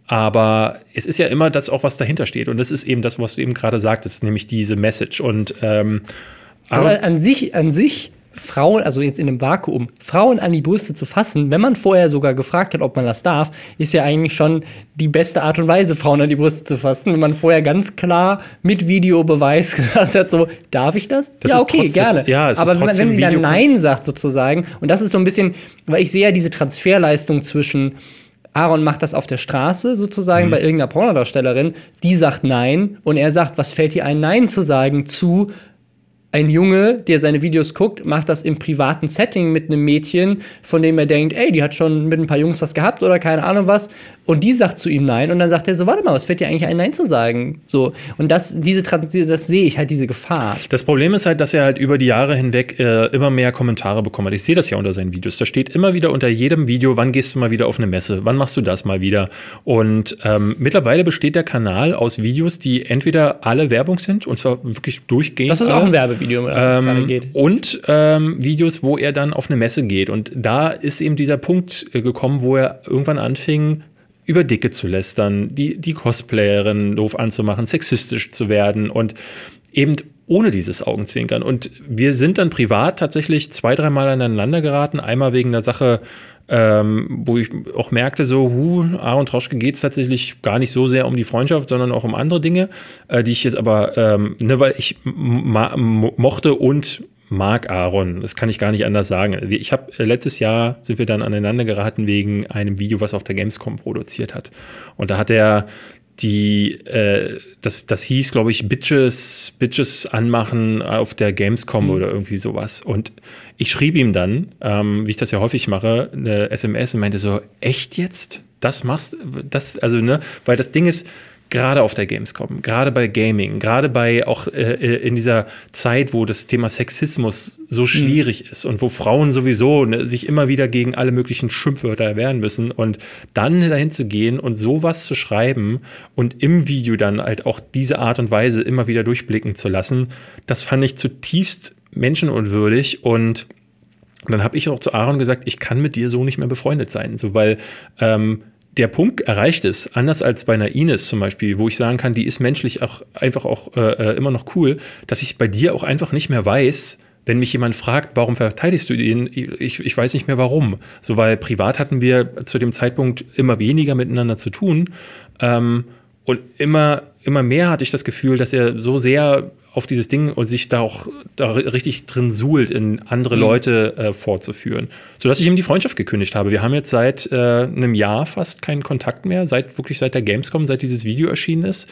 aber es ist ja immer das auch, was dahinter steht. Und das ist eben das, was du eben gerade sagtest, nämlich diese Message. Und ähm, also an sich, an sich Frauen, also jetzt in einem Vakuum, Frauen an die Brüste zu fassen, wenn man vorher sogar gefragt hat, ob man das darf, ist ja eigentlich schon die beste Art und Weise, Frauen an die Brüste zu fassen, wenn man vorher ganz klar mit Videobeweis gesagt hat, so, darf ich das? das ja, okay, trotz, gerne. Das, ja, es aber ist wenn, wenn sie dann Video- Nein sagt sozusagen, und das ist so ein bisschen, weil ich sehe ja diese Transferleistung zwischen Aaron macht das auf der Straße sozusagen mhm. bei irgendeiner Pornodarstellerin, die sagt Nein und er sagt, was fällt dir ein, Nein zu sagen zu ein Junge, der seine Videos guckt, macht das im privaten Setting mit einem Mädchen, von dem er denkt, ey, die hat schon mit ein paar Jungs was gehabt oder keine Ahnung was. Und die sagt zu ihm Nein. Und dann sagt er so, warte mal, was fällt dir eigentlich ein, Nein zu sagen? So. Und das, diese, das sehe ich halt, diese Gefahr. Das Problem ist halt, dass er halt über die Jahre hinweg äh, immer mehr Kommentare bekommen hat. Ich sehe das ja unter seinen Videos. Da steht immer wieder unter jedem Video, wann gehst du mal wieder auf eine Messe? Wann machst du das mal wieder? Und ähm, mittlerweile besteht der Kanal aus Videos, die entweder alle Werbung sind, und zwar wirklich durchgehend. Das ist auch ein Werbevideo, um das es ähm, gerade geht. Und ähm, Videos, wo er dann auf eine Messe geht. Und da ist eben dieser Punkt äh, gekommen, wo er irgendwann anfing, über Dicke zu lästern, die, die Cosplayerin doof anzumachen, sexistisch zu werden und eben ohne dieses Augenzwinkern. Und wir sind dann privat tatsächlich zwei, dreimal aneinander geraten. Einmal wegen der Sache, ähm, wo ich auch merkte, so, hu, Aaron Troschke geht es tatsächlich gar nicht so sehr um die Freundschaft, sondern auch um andere Dinge, äh, die ich jetzt aber, ähm, ne, weil ich ma- mochte und mag Aaron, das kann ich gar nicht anders sagen. Ich habe äh, letztes Jahr sind wir dann aneinander geraten wegen einem Video, was er auf der Gamescom produziert hat. Und da hat er die, äh, das, das hieß, glaube ich, Bitches, Bitches anmachen auf der Gamescom mhm. oder irgendwie sowas. Und ich schrieb ihm dann, ähm, wie ich das ja häufig mache, eine S M S und meinte so, echt jetzt? Das machst das, also, ne, weil das Ding ist, gerade auf der Gamescom, gerade bei Gaming, gerade bei auch äh, in dieser Zeit, wo das Thema Sexismus so schwierig mhm. ist und wo Frauen sowieso ne, sich immer wieder gegen alle möglichen Schimpfwörter wehren müssen und dann dahin zu gehen und sowas zu schreiben und im Video dann halt auch diese Art und Weise immer wieder durchblicken zu lassen, das fand ich zutiefst menschenunwürdig und dann habe ich auch zu Aaron gesagt, ich kann mit dir so nicht mehr befreundet sein, so weil ähm, der Punkt erreicht ist, anders als bei einer Ines zum Beispiel, wo ich sagen kann, die ist menschlich auch einfach auch äh, immer noch cool, dass ich bei dir auch einfach nicht mehr weiß, wenn mich jemand fragt, warum verteidigst du ihn, ich, ich weiß nicht mehr warum. So, weil privat hatten wir zu dem Zeitpunkt immer weniger miteinander zu tun ähm, und immer, immer mehr hatte ich das Gefühl, dass er so sehr auf dieses Ding und sich da auch da richtig drin suhlt, in andere mhm. Leute äh, vorzuführen. Sodass ich ihm die Freundschaft gekündigt habe. Wir haben jetzt seit äh, einem Jahr fast keinen Kontakt mehr, seit wirklich seit der Gamescom, seit dieses Video erschienen ist.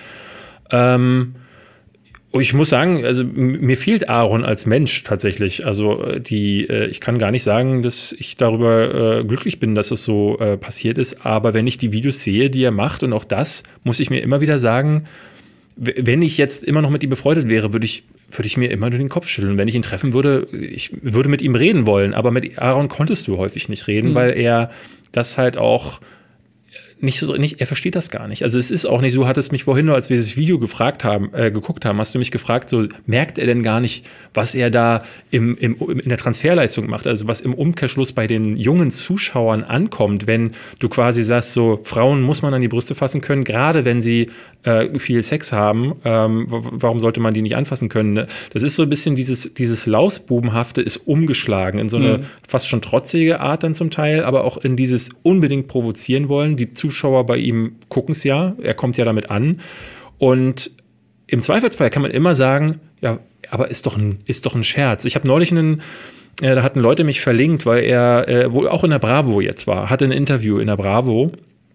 Ähm, und ich muss sagen, also mir fehlt Aaron als Mensch tatsächlich. Also die, äh, ich kann gar nicht sagen, dass ich darüber äh, glücklich bin, dass es so äh, passiert ist. Aber wenn ich die Videos sehe, die er macht, und auch das, muss ich mir immer wieder sagen, wenn ich jetzt immer noch mit ihm befreundet wäre, würde ich, würde ich mir immer nur den Kopf schütteln. Wenn ich ihn treffen würde, ich würde mit ihm reden wollen. Aber mit Aaron konntest du häufig nicht reden, mhm. weil er das halt auch nicht so, nicht, er versteht das gar nicht. Also es ist auch nicht so, hat es mich vorhin nur, als wir das Video gefragt haben, äh, geguckt haben, hast du mich gefragt, so merkt er denn gar nicht, was er da im, im, in der Transferleistung macht, also was im Umkehrschluss bei den jungen Zuschauern ankommt, wenn du quasi sagst, so Frauen muss man an die Brüste fassen können, gerade wenn sie äh, viel Sex haben, ähm, warum sollte man die nicht anfassen können? Ne? Das ist so ein bisschen dieses, dieses Lausbubenhafte ist umgeschlagen in so eine mhm. fast schon trotzige Art dann zum Teil, aber auch in dieses unbedingt provozieren wollen. Die Zuschauer bei ihm gucken es ja, er kommt ja damit an und im Zweifelsfall kann man immer sagen, ja, aber ist doch ein, ist doch ein Scherz. Ich habe neulich einen, äh, da hatten Leute mich verlinkt, weil er äh, wohl auch in der Bravo jetzt war, hatte ein Interview in der Bravo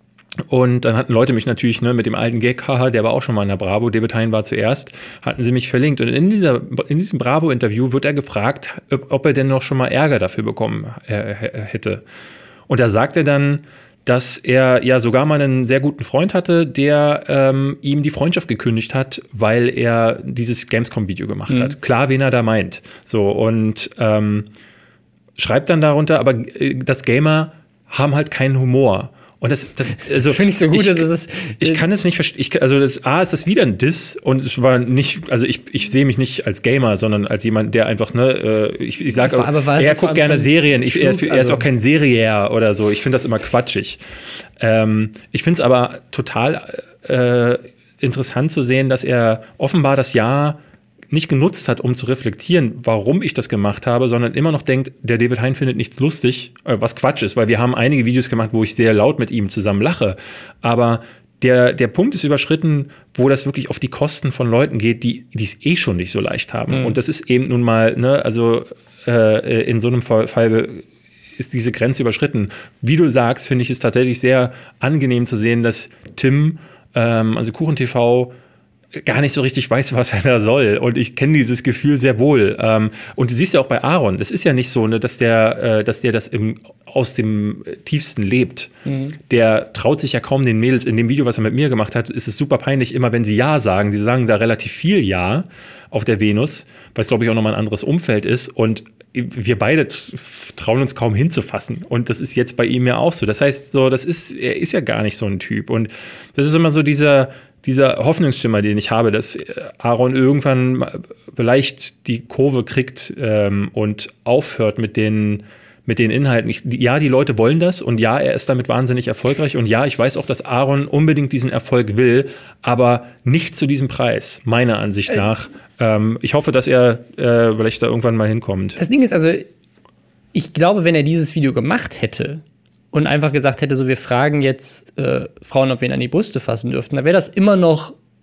und dann hatten Leute mich natürlich ne, mit dem alten Gag, haha, der war auch schon mal in der Bravo, David Hein war zuerst, hatten sie mich verlinkt und in, dieser, in diesem Bravo-Interview wird er gefragt, ob, ob er denn noch schon mal Ärger dafür bekommen äh, hätte. Und da sagt er dann, dass er ja sogar mal einen sehr guten Freund hatte, der ähm, ihm die Freundschaft gekündigt hat, weil er dieses Gamescom-Video gemacht mhm. hat. Klar, wen er da meint. So, und ähm, schreibt dann darunter, aber äh, das Gamer haben halt keinen Humor. Und das, das also finde ich so gut, ich, dass es ich kann es nicht verstehen. Also das A ist das wieder ein Diss und es war nicht, also ich, ich sehe mich nicht als Gamer, sondern als jemand, der einfach ne, ich, ich sage, er guckt gerne Serien. Ich, er, er ist auch kein Seriär oder so. Ich finde das immer quatschig. Ähm, ich finde es aber total äh, interessant zu sehen, dass er offenbar das Jahr nicht genutzt hat, um zu reflektieren, warum ich das gemacht habe, sondern immer noch denkt, der David Hein findet nichts lustig, was Quatsch ist, weil wir haben einige Videos gemacht, wo ich sehr laut mit ihm zusammen lache. Aber der, der Punkt ist überschritten, wo das wirklich auf die Kosten von Leuten geht, die die es eh schon nicht so leicht haben. Mhm. Und das ist eben nun mal, ne, also äh, in so einem Fall ist diese Grenze überschritten. Wie du sagst, finde ich es tatsächlich sehr angenehm zu sehen, dass Tim, ähm, also KuchenTV, gar nicht so richtig weiß, was er da soll. Und ich kenne dieses Gefühl sehr wohl. Ähm, und du siehst ja auch bei Aaron, das ist ja nicht so, ne, dass der, äh, dass der das im, aus dem Tiefsten lebt. Mhm. Der traut sich ja kaum den Mädels. In dem Video, was er mit mir gemacht hat, ist es super peinlich, immer wenn sie Ja sagen. Sie sagen da relativ viel Ja auf der Venus, weil es, glaube ich, auch nochmal ein anderes Umfeld ist. Und wir beide trauen uns kaum hinzufassen. Und das ist jetzt bei ihm ja auch so. Das heißt, so, das ist, er ist ja gar nicht so ein Typ. Und das ist immer so dieser dieser Hoffnungsschimmer, den ich habe, dass Aaron irgendwann vielleicht die Kurve kriegt ähm, und aufhört mit den, mit den Inhalten. Ich, ja, die Leute wollen das und ja, er ist damit wahnsinnig erfolgreich und ja, ich weiß auch, dass Aaron unbedingt diesen Erfolg will, aber nicht zu diesem Preis, meiner Ansicht nach. Ähm, ich hoffe, dass er äh, vielleicht da irgendwann mal hinkommt. Das Ding ist also, ich glaube, wenn er dieses Video gemacht hätte, und einfach gesagt hätte, so wir fragen jetzt äh, Frauen, ob wir ihn an die Brüste fassen dürften, dann wäre das immer noch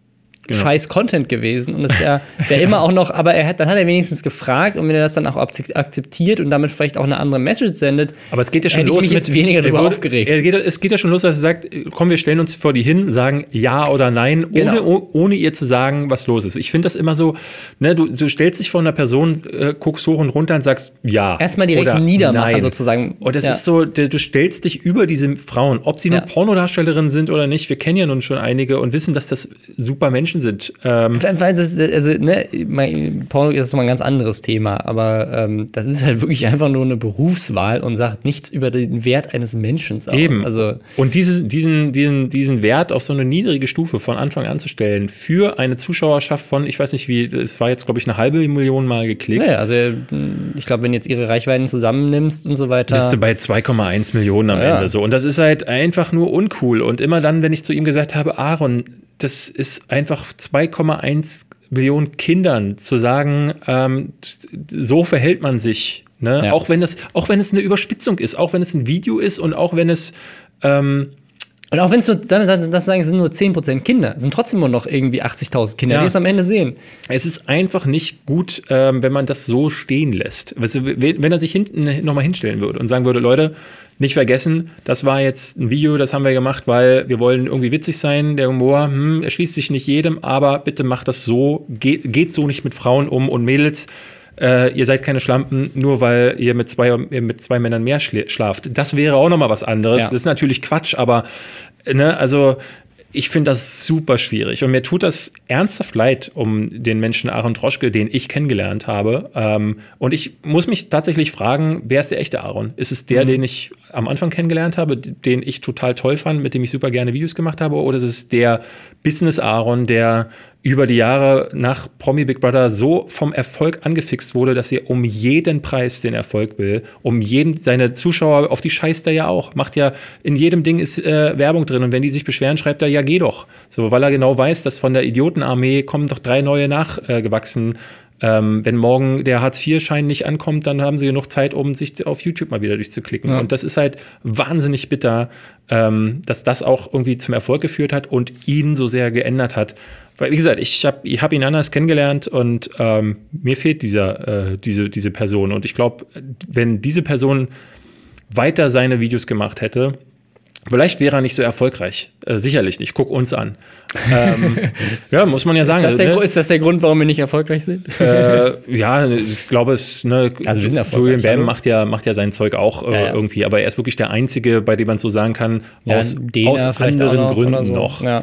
genau. scheiß Content gewesen. Und es wäre wär immer auch noch, aber er hat, dann hat er wenigstens gefragt und wenn er das dann auch akzeptiert und damit vielleicht auch eine andere Message sendet, aber es geht ja schon hätte los ich mich mit, jetzt weniger darüber wurde, aufgeregt. Er geht, es geht ja schon los, dass er sagt, komm, wir stellen uns vor die hin, sagen ja oder nein, ohne, genau. ohne ihr zu sagen, was los ist. Ich finde das immer so, ne, du, du stellst dich vor einer Person, äh, guckst hoch und runter und sagst ja. Erstmal direkt oder niedermachen nein. sozusagen. Und das ja. ist so, du stellst dich über diese Frauen, ob sie nun ja. Pornodarstellerinnen sind oder nicht. Wir kennen ja nun schon einige und wissen, dass das super Menschen sind. Ähm Weil das, also, ne, Porno ist mal ein ganz anderes Thema, aber ähm, das ist halt wirklich einfach nur eine Berufswahl und sagt nichts über den Wert eines Menschen aus. Eben. Also, und dieses, diesen, diesen, diesen Wert auf so eine niedrige Stufe von Anfang an zu stellen für eine Zuschauerschaft von, ich weiß nicht wie, es war jetzt, glaube ich, eine halbe Million Mal geklickt. Naja, also ich glaube, wenn jetzt ihre Reichweiten zusammennimmst und so weiter. Bist du bei zwei Komma eins Millionen am ja. Ende so. Und das ist halt einfach nur uncool. Und immer dann, wenn ich zu ihm gesagt habe, Aaron, das ist einfach zwei Komma eins Millionen Kindern zu sagen, ähm, so verhält man sich. Ne? Ja. Auch wenn es, auch wenn es eine Überspitzung ist, auch wenn es ein Video ist und auch wenn es ähm, und auch wenn es nur, das sagen, es sind nur zehn Prozent Kinder, es sind trotzdem nur noch irgendwie achtzigtausend Kinder, ja. die es am Ende sehen. Es ist einfach nicht gut, ähm, wenn man das so stehen lässt. Wenn er sich hinten nochmal hinstellen würde und sagen würde, Leute, nicht vergessen, das war jetzt ein Video, das haben wir gemacht, weil wir wollen irgendwie witzig sein. Der Humor hm, erschließt sich nicht jedem, aber bitte macht das so, geht, geht so nicht mit Frauen um und Mädels. Äh, ihr seid keine Schlampen, nur weil ihr mit zwei, mit zwei Männern mehr schlaft. Das wäre auch nochmal was anderes. Ja. Das ist natürlich Quatsch, aber ne, also ich finde das super schwierig. Und mir tut das ernsthaft leid um den Menschen Aaron Troschke, den ich kennengelernt habe. Ähm, und ich muss mich tatsächlich fragen, wer ist der echte Aaron? Ist es der, mhm. den ich am Anfang kennengelernt habe, den ich total toll fand, mit dem ich super gerne Videos gemacht habe? Oder ist es der Business-Aaron, der über die Jahre nach Promi Big Brother so vom Erfolg angefixt wurde, dass er um jeden Preis den Erfolg will, um jeden, seine Zuschauer, auf die scheißt er ja auch, macht ja, in jedem Ding ist äh, Werbung drin und wenn die sich beschweren, schreibt er, ja geh doch, so, weil er genau weiß, dass von der Idiotenarmee kommen doch drei neue nachgewachsen. Ähm, wenn morgen der Hartz vier Schein nicht ankommt, dann haben sie genug Zeit, um sich auf YouTube mal wieder durchzuklicken. Ja. Und das ist halt wahnsinnig bitter, ähm, dass das auch irgendwie zum Erfolg geführt hat und ihn so sehr geändert hat. Weil, wie gesagt, ich habe ich hab ihn anders kennengelernt und ähm, mir fehlt dieser, äh, diese, diese Person. Und ich glaube, wenn diese Person weiter seine Videos gemacht hätte, vielleicht wäre er nicht so erfolgreich. Äh, sicherlich nicht. Guck uns an. ähm, ja, muss man ja sagen. Ist das, der, ne? ist das der Grund, warum wir nicht erfolgreich sind? Äh, ja, ich glaube, es. Ne, also wir sind erfolgreich. Julian Bam macht ja, macht ja sein Zeug auch äh, ja, ja. irgendwie, aber er ist wirklich der Einzige, bei dem man so sagen kann, ja, aus, aus anderen noch Gründen so. noch. Ja.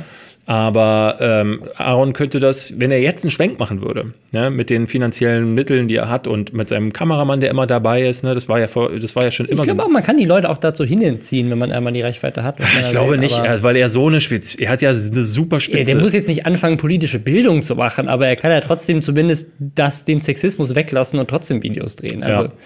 Aber ähm, Aaron könnte das, wenn er jetzt einen Schwenk machen würde, ne, mit den finanziellen Mitteln, die er hat und mit seinem Kameramann, der immer dabei ist, ne, das war ja vor, das war ja schon immer ich glaube so. auch, man kann die Leute auch dazu hinziehen, wenn man einmal die Reichweite hat. Ich glaube nicht, er, weil er so eine Spitze, er hat ja eine super Spitze. Ja, der muss jetzt nicht anfangen, politische Bildung zu machen, aber er kann ja trotzdem zumindest das, den Sexismus weglassen und trotzdem Videos drehen. Also ja.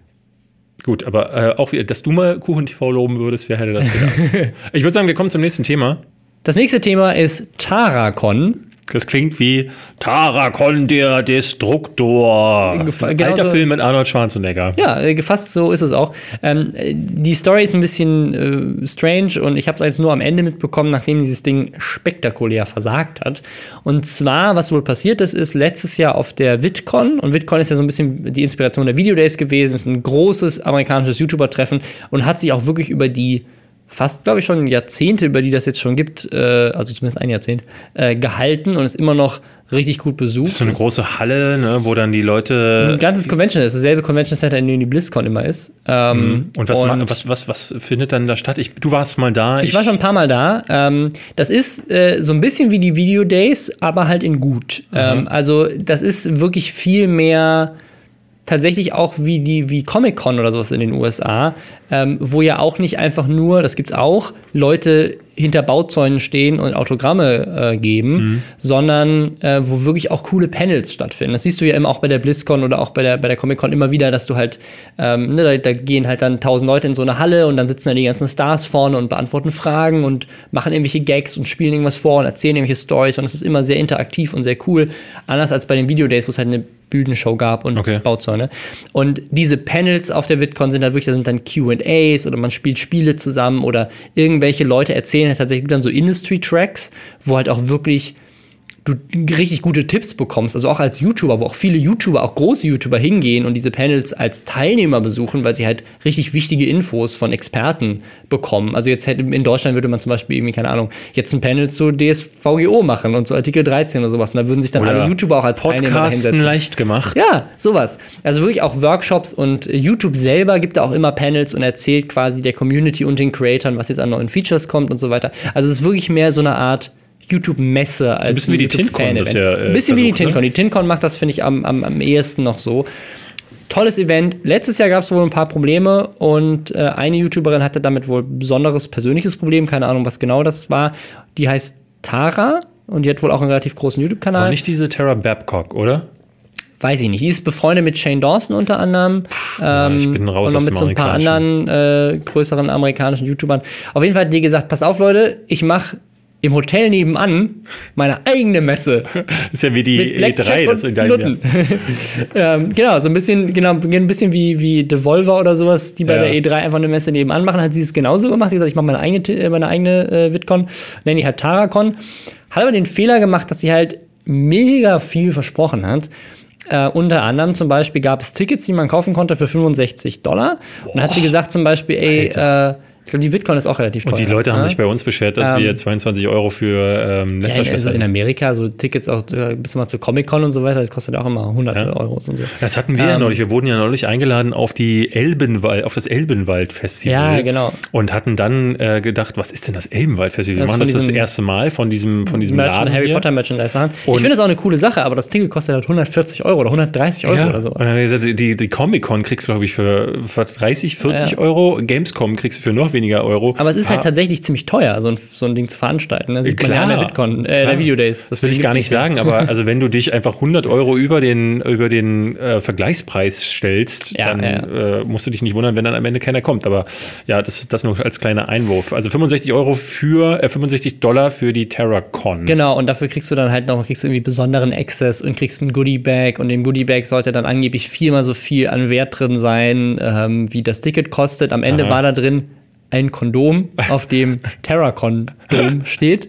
Gut, aber äh, auch wieder, dass du mal Kuchen-T V loben würdest, wer hätte das gedacht? Ich würde sagen, wir kommen zum nächsten Thema. Das nächste Thema ist Tarakon. Das klingt wie Tarakon, der Destruktor. Gef- Ein genau alter so. Film mit Arnold Schwarzenegger. Ja, gefasst so ist es auch. Ähm, die Story ist ein bisschen äh, strange und ich habe es jetzt nur am Ende mitbekommen, nachdem dieses Ding spektakulär versagt hat. Und zwar, was wohl passiert ist, ist letztes Jahr auf der VidCon, und VidCon ist ja so ein bisschen die Inspiration der Video Days gewesen, ist ein großes amerikanisches YouTuber-Treffen und hat sich auch wirklich über die fast, glaube ich, schon Jahrzehnte, über die das jetzt schon gibt, äh, also zumindest ein Jahrzehnt, äh, gehalten und ist immer noch richtig gut besucht. Das ist so eine das große Halle, ne, wo dann die Leute... Ein ganzes Convention, das ist dasselbe Convention Center, in dem die BlizzCon immer ist. Ähm, und was, und was, was, was findet dann da statt? Ich, du warst mal da. Ich, ich war schon ein paar Mal da. Ähm, das ist äh, so ein bisschen wie die Video Days, aber halt in gut. Mhm. Ähm, also das ist wirklich viel mehr... tatsächlich auch wie die wie Comic-Con oder sowas in den U S A, ähm, wo ja auch nicht einfach nur, das gibt's auch, Leute hinter Bauzäunen stehen und Autogramme äh, geben, mhm. sondern äh, wo wirklich auch coole Panels stattfinden. Das siehst du ja immer auch bei der BlizzCon oder auch bei der, bei der Comic-Con immer wieder, dass du halt, ähm, ne, da, da gehen halt dann tausend Leute in so eine Halle und dann sitzen da die ganzen Stars vorne und beantworten Fragen und machen irgendwelche Gags und spielen irgendwas vor und erzählen irgendwelche Storys und es ist immer sehr interaktiv und sehr cool. Anders als bei den Video Days, wo es halt eine Bühnenshow gab und okay. Bauzäune. Und diese Panels auf der VidCon sind halt wirklich, da sind dann Q and A's oder man spielt Spiele zusammen oder irgendwelche Leute erzählen halt tatsächlich dann so Industry-Tracks, wo halt auch wirklich du richtig gute Tipps bekommst, also auch als YouTuber, wo auch viele YouTuber, auch große YouTuber hingehen und diese Panels als Teilnehmer besuchen, weil sie halt richtig wichtige Infos von Experten bekommen. Also jetzt hätte in Deutschland würde man zum Beispiel irgendwie, keine Ahnung, jetzt ein Panel zu D S V G O machen und zu Artikel dreizehn oder sowas. Und da würden sich dann oder alle YouTuber auch als Teilnehmer Podcasten hinsetzen. leicht gemacht. Ja, sowas. Also wirklich auch Workshops und YouTube selber gibt da auch immer Panels und erzählt quasi der Community und den Creatoren, was jetzt an neuen Features kommt und so weiter. Also es ist wirklich mehr so eine Art YouTube-Messe als ein bisschen wie die TinCon. Das ja, äh, ein bisschen versucht, wie die TinCon. Ne? Die TinCon macht das, finde ich, am, am, am ehesten noch so. Tolles Event. Letztes Jahr gab es wohl ein paar Probleme und äh, eine YouTuberin hatte damit wohl ein besonderes persönliches Problem. Keine Ahnung, was genau das war. Die heißt Tara und die hat wohl auch einen relativ großen YouTube-Kanal. Aber nicht diese Tara Babcock, oder? Weiß ich nicht. Die ist befreundet mit Shane Dawson unter anderem. Ja, ähm, ich bin raus und noch aus mit dem so ein paar anderen äh, größeren amerikanischen YouTubern. Auf jeden Fall hat die gesagt, pass auf, Leute, ich mache im Hotel nebenan meine eigene Messe. Das ist ja wie die E drei, das in deinem ähm, Genau, so ein bisschen, genau, ein bisschen wie, wie Devolver oder sowas, die bei ja. der E drei einfach eine Messe nebenan machen, hat sie es genauso gemacht. Die hat gesagt, ich mache meine eigene, meine eigene äh, VidCon, nenne die halt TaraCon. Hat aber den Fehler gemacht, dass sie halt mega viel versprochen hat. Uh, unter anderem zum Beispiel gab es Tickets, die man kaufen konnte für fünfundsechzig Dollar. Boah. Und dann hat sie gesagt zum Beispiel, ey, äh, ich glaube, die VidCon ist auch relativ teuer. Und die Leute haben ja? sich bei uns beschwert, dass ähm, wir zweiundzwanzig Euro für ähm, Lästerschwestern. Ja, also in Amerika, so Tickets auch bis mal zur Comic-Con und so weiter, das kostet auch immer hundert ja. Euro und so. Das hatten wir ähm, ja neulich. Wir wurden ja neulich eingeladen auf die Elbenwald, auf das Elbenwald-Festival. Ja, genau. Und hatten dann äh, gedacht, was ist denn das Elbenwald-Festival? Wir machen das das erste Mal von diesem, von diesem Laden Harry hier. Potter Merchandise. Ich finde das auch eine coole Sache, aber das Ticket kostet halt hundertvierzig Euro oder hundertdreißig Euro ja. oder sowas. Und dann haben wir gesagt, die, die Comic-Con kriegst du, glaube ich, für, für dreißig, vierzig ja. Euro. Gamescom kriegst du für noch weniger Euro. Aber es ist halt ah. tatsächlich ziemlich teuer, so ein, so ein Ding zu veranstalten. Da sieht klar, man ja an der VidCon, äh, der Video Days. Das will ich gar nicht sagen, aber also wenn du dich einfach hundert Euro über den, über den äh, Vergleichspreis stellst, ja, dann ja. Äh, musst du dich nicht wundern, wenn dann am Ende keiner kommt. Aber ja, das, das nur als kleiner Einwurf. Also fünfundsechzig Euro für, äh, fünfundsechzig Dollar für die TerraCon. Genau, und dafür kriegst du dann halt noch, kriegst du irgendwie besonderen Access und kriegst ein Goodie-Bag und im Goodie-Bag sollte dann angeblich viermal so viel an Wert drin sein, ähm, wie das Ticket kostet. Am Ende Aha. war da drin ein Kondom, auf dem TerraCon-Dom steht.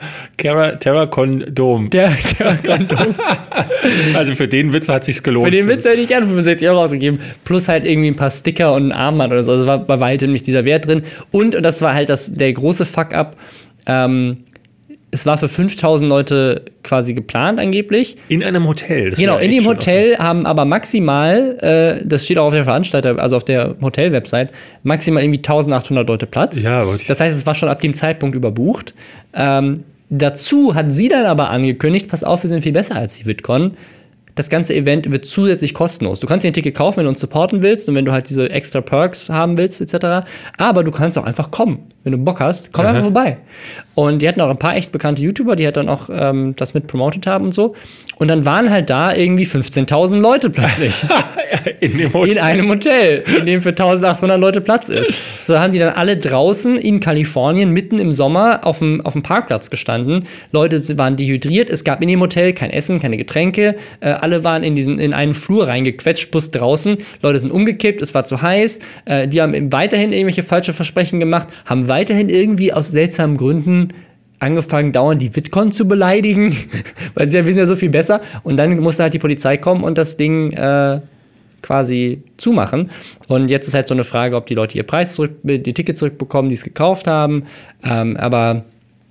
TerraCon-Dom. Der TerraCon-Dom. Also für den Witz hat es sich gelohnt. Für den Witz hätte ich gerne fünfundsechzig Euro ausgegeben. Plus halt irgendwie ein paar Sticker und ein Armband oder so. Also war bei weitem nicht dieser Wert drin. Und, und das war halt das, der große Fuck-up, ähm, es war für fünftausend Leute quasi geplant angeblich. In einem Hotel. Das genau, in dem Hotel haben aber maximal, äh, das steht auch auf der Veranstalter, also auf der Hotel-Website, maximal irgendwie eintausendachthundert Leute Platz. Ja, wollte ich Das heißt, es war schon ab dem Zeitpunkt überbucht. Ähm, dazu hat sie dann aber angekündigt, pass auf, wir sind viel besser als die VidCon. Das ganze Event wird zusätzlich kostenlos. Du kannst dir ein Ticket kaufen, wenn du uns supporten willst und wenn du halt diese extra Perks haben willst, et cetera. Aber du kannst auch einfach kommen. Wenn du Bock hast, komm Aha. einfach vorbei. Und die hatten auch ein paar echt bekannte YouTuber, die halt dann auch ähm, das mit promotet haben und so. Und dann waren halt da irgendwie fünfzehntausend Leute plötzlich. in, dem Hotel. in einem Hotel, in dem für eintausendachthundert Leute Platz ist. So haben die dann alle draußen in Kalifornien mitten im Sommer auf dem, auf dem Parkplatz gestanden. Leute waren dehydriert. Es gab in dem Hotel kein Essen, keine Getränke. Äh, alle waren in, diesen, in einen Flur reingequetscht, plus draußen. Leute sind umgekippt, es war zu heiß. Äh, die haben weiterhin irgendwelche falsche Versprechen gemacht, haben weiterhin irgendwie aus seltsamen Gründen angefangen, dauernd die VidCon zu beleidigen, weil sie ja wissen ja so viel besser. Und dann musste halt die Polizei kommen und das Ding äh, quasi zumachen. Und jetzt ist halt so eine Frage, ob die Leute ihr Preis zurück, die Tickets zurückbekommen, die es gekauft haben. Ähm, aber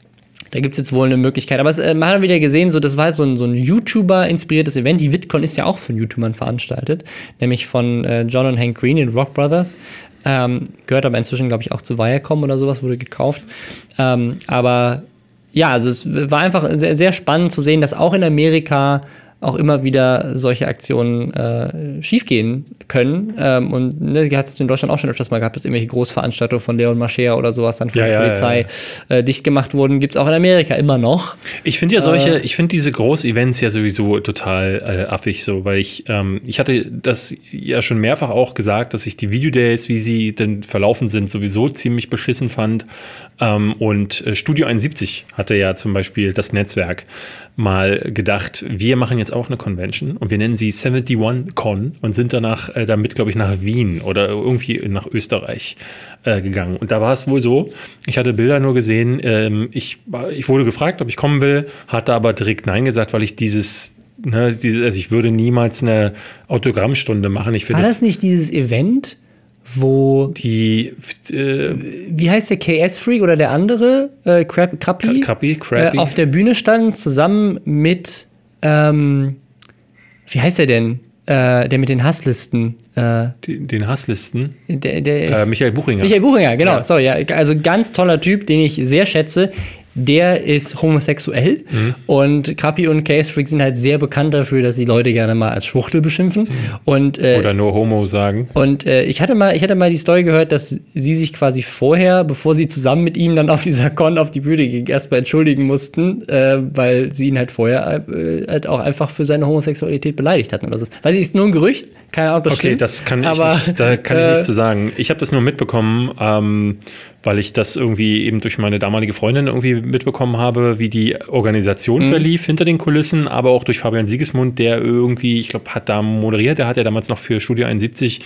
da gibt es jetzt wohl eine Möglichkeit. Aber es, äh, man hat wieder gesehen, so, das war halt so ein, so ein YouTuber-inspiriertes Event. Die VidCon ist ja auch von YouTubern veranstaltet, nämlich von äh, John und Hank Green, den Rock Brothers. Ähm, gehört aber inzwischen, glaube ich, auch zu Viacom oder sowas, wurde gekauft. Ähm, aber ja, also es war einfach sehr, sehr spannend zu sehen, dass auch in Amerika auch immer wieder solche Aktionen äh, schiefgehen können. Ähm, und ne, die hat es in Deutschland auch schon öfters mal gehabt, dass irgendwelche Großveranstaltungen von Leon Mascher oder sowas dann von ja, der ja, Polizei ja. Äh, dicht gemacht wurden. Gibt es auch in Amerika immer noch. Ich finde ja solche, äh, ich finde diese Groß-Events ja sowieso total äh, affig so, weil ich, ähm, ich hatte das ja schon mehrfach auch gesagt, dass ich die Videodays, wie sie denn verlaufen sind, sowieso ziemlich beschissen fand. Ähm, und äh, Studio einundsiebzig hatte ja zum Beispiel das Netzwerk mal gedacht, wir machen jetzt jetzt auch eine Convention und wir nennen sie einundsiebzig Con und sind danach äh, damit, glaube ich, nach Wien oder irgendwie nach Österreich äh, gegangen. Und da war es wohl so, ich hatte Bilder nur gesehen, ähm, ich, ich wurde gefragt, ob ich kommen will, hatte aber direkt Nein gesagt, weil ich dieses, ne, diese, also ich würde niemals eine Autogrammstunde machen. Ich war das, das nicht dieses Event, wo die äh, wie heißt der K S-Freak oder der andere äh, Krab, Krabby, Krabby, Krabby. Äh, auf der Bühne stand zusammen mit ähm, wie heißt der denn? Äh, der mit den Hasslisten. Äh, den, den Hasslisten? Der, der äh, Michael Buchinger. Michael Buchinger, genau. Ja. Sorry, ja. Also ganz toller Typ, den ich sehr schätze. Der ist homosexuell mhm. und Krabby und K S-Freak sind halt sehr bekannt dafür, dass sie Leute gerne mal als Schwuchtel beschimpfen. Mhm. Und, äh, oder nur Homo sagen. Und äh, ich hatte mal, ich hatte mal die Story gehört, dass sie sich quasi vorher, bevor sie zusammen mit ihm dann auf dieser Con auf die Bühne ging, erstmal entschuldigen mussten, äh, weil sie ihn halt vorher äh, halt auch einfach für seine Homosexualität beleidigt hatten oder so. Weiß ich, ist nur ein Gerücht, keine Ahnung, ob das okay, stimmt. das kann ich aber, nicht, da kann äh, ich nichts zu sagen. Ich habe das nur mitbekommen, ähm, weil ich das irgendwie eben durch meine damalige Freundin irgendwie mitbekommen habe, wie die Organisation mhm. verlief hinter den Kulissen, aber auch durch Fabian Siegesmund, der irgendwie, ich glaube, hat da moderiert, der hat ja damals noch für Studio einundsiebzig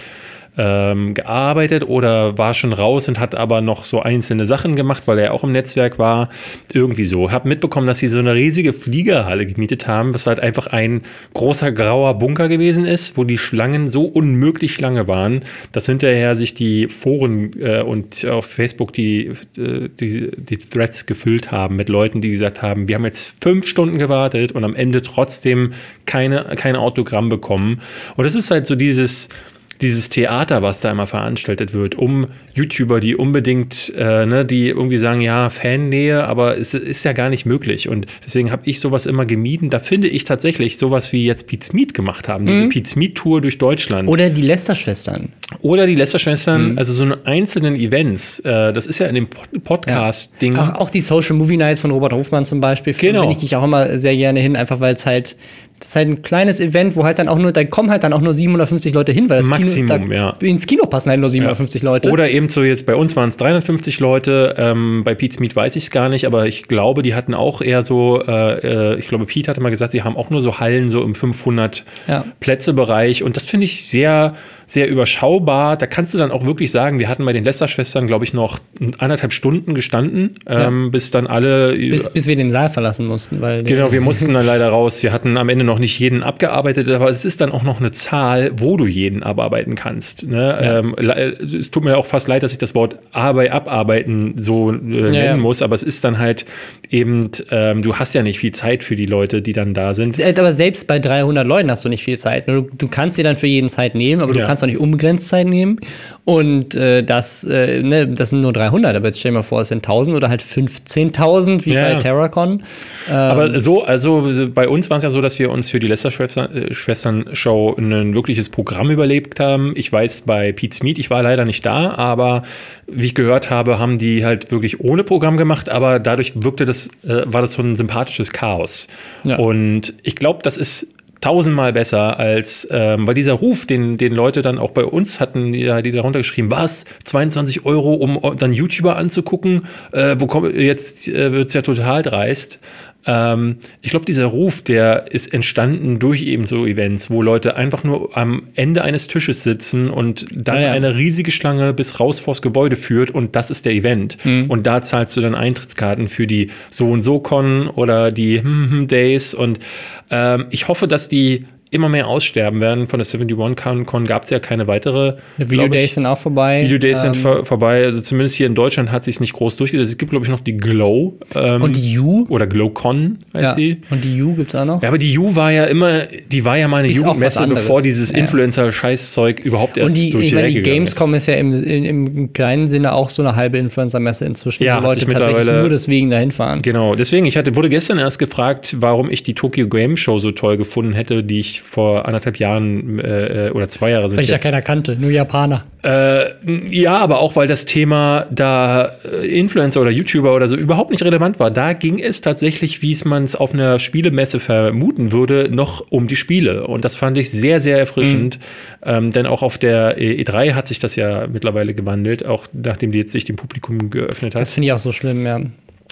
ähm, gearbeitet oder war schon raus und hat aber noch so einzelne Sachen gemacht, weil er auch im Netzwerk war. Irgendwie so. Hab mitbekommen, dass sie so eine riesige Fliegerhalle gemietet haben, was halt einfach ein großer grauer Bunker gewesen ist, wo die Schlangen so unmöglich lange waren, dass hinterher sich die Foren äh, und auf Facebook die, äh, die, die Threads gefüllt haben mit Leuten, die gesagt haben, wir haben jetzt fünf Stunden gewartet und am Ende trotzdem keine, kein Autogramm bekommen. Und das ist halt so dieses dieses Theater, was da immer veranstaltet wird, um YouTuber, die unbedingt, äh, ne, die irgendwie sagen, ja, Fannähe, aber es ist ja gar nicht möglich. Und deswegen habe ich sowas immer gemieden. Da finde ich tatsächlich sowas, wie jetzt Pete's Meat gemacht haben, diese mhm. Pete's Meat-Tour durch Deutschland. Oder die Lester-Schwestern. Oder die Lester-Schwestern, mhm. also so eine einzelnen Events. Äh, das ist ja in dem Podcast-Ding. Ja. Auch, auch die Social Movie Nights von Robert Hofmann zum Beispiel. Genau. Finde ich auch immer sehr gerne hin, einfach weil es halt das ist halt ein kleines Event, wo halt dann auch nur, da kommen halt dann auch nur siebenhundertfünfzig Leute hin, weil das Maximum, Kino, da, ja. ins Kino passen halt nur siebenhundertfünfzig ja. Leute. Oder eben so jetzt, bei uns waren es dreihundertfünfzig Leute, ähm, bei Pete's Meat weiß ich es gar nicht, aber ich glaube, die hatten auch eher so, äh, ich glaube, Pete hatte mal gesagt, sie haben auch nur so Hallen so im fünfhundert ja. Plätze-Bereich und das finde ich sehr, sehr überschaubar. Da kannst du dann auch wirklich sagen, wir hatten bei den Lester-Schwestern, glaube ich, noch anderthalb Stunden gestanden, ähm, ja. bis dann alle... Bis, bis wir den Saal verlassen mussten. Weil genau, wir mussten dann leider raus. Wir hatten am Ende noch nicht jeden abgearbeitet, aber es ist dann auch noch eine Zahl, wo du jeden abarbeiten kannst. Ne? Ja. Ähm, es tut mir auch fast leid, dass ich das Wort Arbeit, abarbeiten so äh, nennen ja, ja. muss, aber es ist dann halt eben, ähm, du hast ja nicht viel Zeit für die Leute, die dann da sind. Aber selbst bei dreihundert Leuten hast du nicht viel Zeit. Du, du kannst dir dann für jeden Zeit nehmen, aber du ja. kannst auch nicht unbegrenzt Zeit nehmen. Und äh, das, äh, ne, das sind nur dreihundert, aber jetzt stell dir mal vor, es sind tausend oder halt fünfzehntausend, wie ja. bei TerraCon. Ähm, aber so, also bei uns war es ja so, dass wir uns für die Lester-Schwestern-Show ein wirkliches Programm überlegt haben. Ich weiß, bei Pete's Meat, ich war leider nicht da, aber wie ich gehört habe, haben die halt wirklich ohne Programm gemacht, aber dadurch wirkte das, äh, war das so ein sympathisches Chaos. Ja. Und ich glaube, das ist tausendmal besser als, ähm, weil dieser Ruf, den, den Leute dann auch bei uns hatten, die, die darunter geschrieben, was, zweiundzwanzig Euro, um dann YouTuber anzugucken, äh, wo kommt, jetzt äh, wird es ja total dreist. Ähm, ich glaube, dieser Ruf, der ist entstanden durch eben so Events, wo Leute einfach nur am Ende eines Tisches sitzen und dann ja, ja. eine riesige Schlange bis raus vors Gebäude führt und das ist der Event. Mhm. Und da zahlst du dann Eintrittskarten für die so und so Con oder die Days und ähm, ich hoffe, dass die immer mehr aussterben werden. Von der einundsiebzig Con gab es ja keine weitere. Video Days sind auch vorbei. Video Days ähm, sind vor, vorbei. Also zumindest hier in Deutschland hat sich nicht groß durchgesetzt. Es gibt, glaube ich, noch die Glow. Ähm, und die U? Oder GlowCon heißt ja. sie. Und die U gibt es auch noch? Ja, aber die U war ja immer, die war ja mal eine ist Jugendmesse, bevor dieses ja. Influencer-Scheißzeug überhaupt erst und die, durch die Decke Decke gegangen ist. Die Gamescom ist ja im, im, im kleinen Sinne auch so eine halbe Influencer-Messe inzwischen. Ja, wo Leute tatsächlich nur deswegen dahin fahren. Genau, deswegen, ich hatte, wurde gestern erst gefragt, warum ich die Tokyo Game Show so toll gefunden hätte, die ich vor anderthalb Jahren Jahren äh, oder zwei Jahre sind. Weil ich ja keiner kannte, nur Japaner. Äh, ja, aber auch, weil das Thema da äh, Influencer oder YouTuber oder so überhaupt nicht relevant war. Da ging es tatsächlich, wie es man es auf einer Spielemesse vermuten würde, noch um die Spiele. Und das fand ich sehr, sehr erfrischend. Mhm. Ähm, denn auch auf der E drei hat sich das ja mittlerweile gewandelt, auch nachdem die jetzt sich dem Publikum geöffnet hat. Das finde ich auch so schlimm, ja.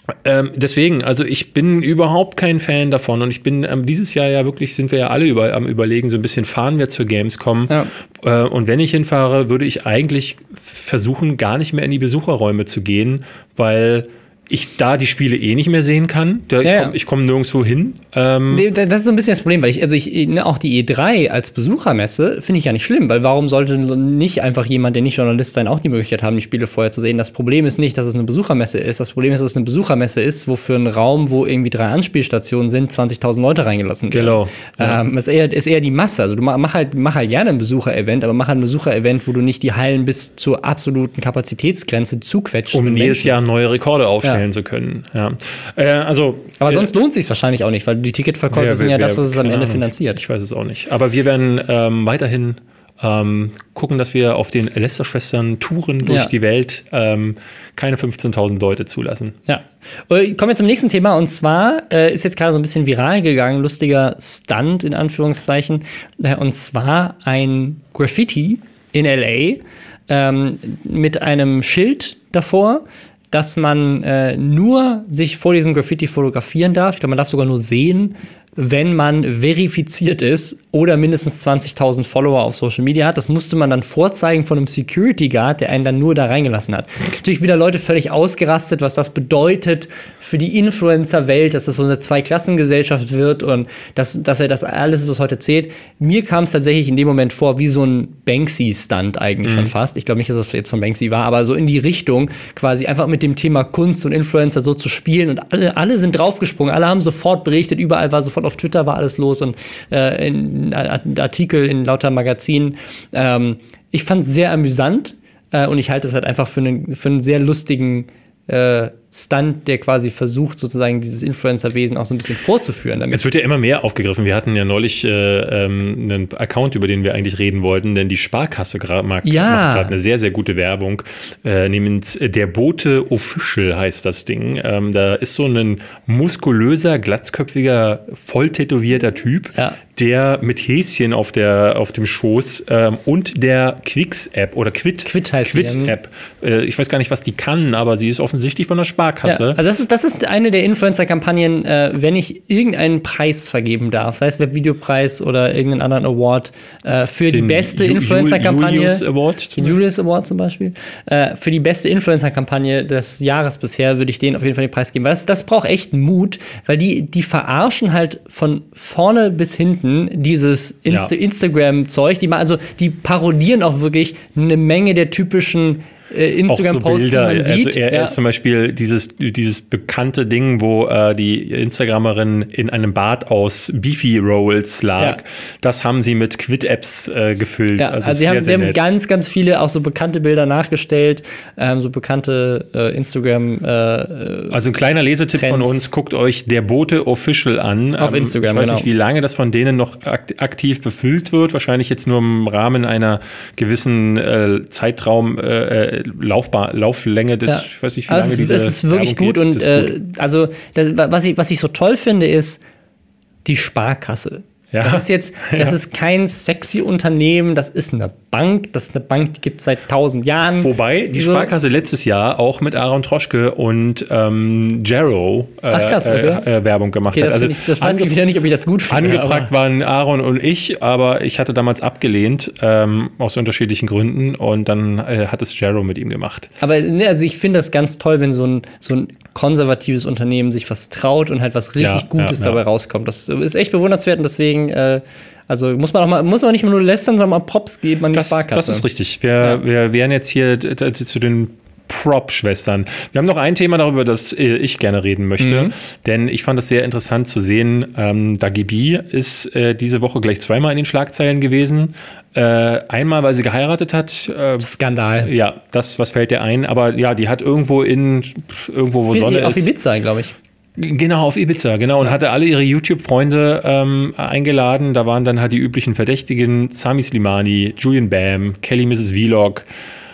Ähm, deswegen, also ich bin überhaupt kein Fan davon und ich bin ähm, dieses Jahr ja wirklich, sind wir ja alle über, am Überlegen, so ein bisschen fahren wir zur Gamescom Ja. äh, und wenn ich hinfahre, würde ich eigentlich versuchen, gar nicht mehr in die Besucherräume zu gehen, weil ich da die Spiele eh nicht mehr sehen kann. Da, ich Ja, komme ja. komm nirgendwo hin. Ähm, Das ist so ein bisschen das Problem, weil ich, also ich, ne, auch die E drei als Besuchermesse finde ich ja nicht schlimm, weil warum sollte nicht einfach jemand, der nicht Journalist sein, auch die Möglichkeit haben, die Spiele vorher zu sehen? Das Problem ist nicht, dass es eine Besuchermesse ist. Das Problem ist, dass es eine Besuchermesse ist, wo für einen Raum, wo irgendwie drei Anspielstationen sind, zwanzigtausend Leute reingelassen werden. Genau. Ähm, ist, eher, ist eher die Masse. Also du mach, mach, halt, mach halt gerne ein Besucherevent, aber mach halt ein Besucherevent, wo du nicht die Hallen bis zur absoluten Kapazitätsgrenze zuquetschst. um mit jedes Menschen. Jahr neue Rekorde aufstellen Ja. zu können. Ja. Äh, also, Aber äh, sonst lohnt es sich wahrscheinlich auch nicht, weil die Ticketverkäufe wer- sind ja wer- das, was es am keine Ende Ahnung. finanziert. Ich weiß es auch nicht. Aber wir werden ähm, weiterhin ähm, gucken, dass wir auf den Lester-Schwestern Touren durch Ja. die Welt ähm, keine fünfzehntausend Leute zulassen. Ja. Äh, Kommen wir zum nächsten Thema und zwar äh, ist jetzt gerade so ein bisschen viral gegangen, lustiger Stunt in Anführungszeichen, äh, und zwar ein Graffiti in L A ähm, mit einem Schild davor, dass man äh, nur sich vor diesem Graffiti fotografieren darf. Ich glaube, man darf sogar nur sehen, wenn man verifiziert ist oder mindestens zwanzigtausend Follower auf Social Media hat. Das musste man dann vorzeigen von einem Security Guard, der einen dann nur da reingelassen hat. Natürlich wieder Leute völlig ausgerastet, was das bedeutet für die Influencer-Welt, dass das so eine Zweiklassengesellschaft wird und dass, dass er das alles, was heute zählt. Mir kam es tatsächlich in dem Moment vor wie so ein Banksy-Stunt eigentlich schon fast. Ich glaube nicht, dass das jetzt von Banksy war, aber so in die Richtung quasi einfach mit dem Thema Kunst und Influencer so zu spielen und alle, alle sind draufgesprungen, alle haben sofort berichtet, überall war sofort auf Twitter war alles los und äh, in Artikel in lauter Magazinen. Ähm, ich fand es sehr amüsant äh, und ich halte es halt einfach für einen, für einen sehr lustigen äh, Stunt, der quasi versucht, sozusagen dieses Influencer-Wesen auch so ein bisschen vorzuführen. Damit. Es wird ja immer mehr aufgegriffen. Wir hatten ja neulich äh, ähm, einen Account, über den wir eigentlich reden wollten, denn die Sparkasse gra- mag, Ja. macht gerade eine sehr, sehr gute Werbung. Äh, nämlich der Bote Official heißt das Ding. Ähm, da ist so ein muskulöser, glatzköpfiger, voll tätowierter Typ, Ja. der mit Häschen auf, der, auf dem Schoß ähm, und der Quicks-App oder Quid, Quid heißt die, Quid-App. Äh, ich weiß gar nicht, was die kann, aber sie ist offensichtlich von der Sparkasse. Ja, also das ist, das ist eine der Influencer-Kampagnen, äh, wenn ich irgendeinen Preis vergeben darf, sei es Webvideopreis oder irgendeinen anderen Award, äh, für die Den beste Ju- Influencer-Kampagne. Julius Award zum Den Julius Award zum Beispiel. Äh, für die beste Influencer-Kampagne des Jahres bisher würde ich denen auf jeden Fall den Preis geben. Weil das, das braucht echt Mut, weil die, die verarschen halt von vorne bis hinten dieses Insta- Ja. Instagram-Zeug. Die, ma- also, die parodieren auch wirklich eine Menge der typischen äh, Instagram-Posts, die man Also sieht. er Ja. ist zum Beispiel dieses, dieses bekannte Ding, wo äh, die Instagrammerin in einem Bad aus Beefy Rolls lag. Ja. Das haben sie mit Quid-Apps äh, gefüllt. Ja, also, sie sehr, haben, sehr sie haben nett. ganz, ganz viele auch so bekannte Bilder nachgestellt, ähm, so bekannte äh, Instagram äh, Also ein kleiner Lesetipp Trends. von uns, guckt euch der Bote Official an. Auf Instagram, Ich weiß genau. nicht, wie lange das von denen noch akt- aktiv befüllt wird. Wahrscheinlich jetzt nur im Rahmen einer gewissen äh, Zeitraum äh, Laufbar, Lauflänge des, Ja. ich weiß nicht, wie Also lange es, diese es ist wirklich Werbung gut geht. und Das ist äh, gut. also das, was, ich, was ich so toll finde, ist die Sparkasse. Ja. Das ist jetzt, das Ja. ist kein sexy Unternehmen, das ist eine Bank, das ist eine Bank, die gibt es seit tausend Jahren. Wobei die So- Sparkasse letztes Jahr auch mit Aaron Troschke und ähm, Jarrow äh, Ach, krass, okay. äh, äh, Werbung gemacht Okay, das, hat. Also find ich, das weiß ich ange- wieder nicht, ob ich das gut finde. angefragt aber- waren Aaron und ich, aber ich hatte damals abgelehnt, ähm, aus unterschiedlichen Gründen. Und dann äh, hat es Jarrow mit ihm gemacht. Aber ne, also ich finde das ganz toll, wenn so ein, so ein konservatives Unternehmen sich was traut und halt was richtig Ja, Gutes ja, ja. dabei rauskommt. Das ist echt bewundernswert und deswegen, äh, also muss man auch mal, muss man nicht nur lästern, sondern mal Props geben an die Das, Sparkasse. das ist richtig. Wir, Ja. wir wären jetzt hier t- t- zu den Prop-Schwestern. Wir haben noch ein Thema darüber, das äh, ich gerne reden möchte, Mhm. denn ich fand es sehr interessant zu sehen. Ähm, Dagi B ist äh, diese Woche gleich zweimal in den Schlagzeilen gewesen. Äh, einmal, weil sie geheiratet hat. Äh, Skandal. ja, das, was fällt dir ein? Aber ja, die hat irgendwo in, irgendwo, wo Sonne Auf ist. Ibiza, glaube ich. Genau, auf Ibiza, genau. Und hatte alle ihre YouTube-Freunde ähm, eingeladen. Da waren dann halt die üblichen Verdächtigen: Sami Slimani, Julian Bam, Kelly Misses Vlog,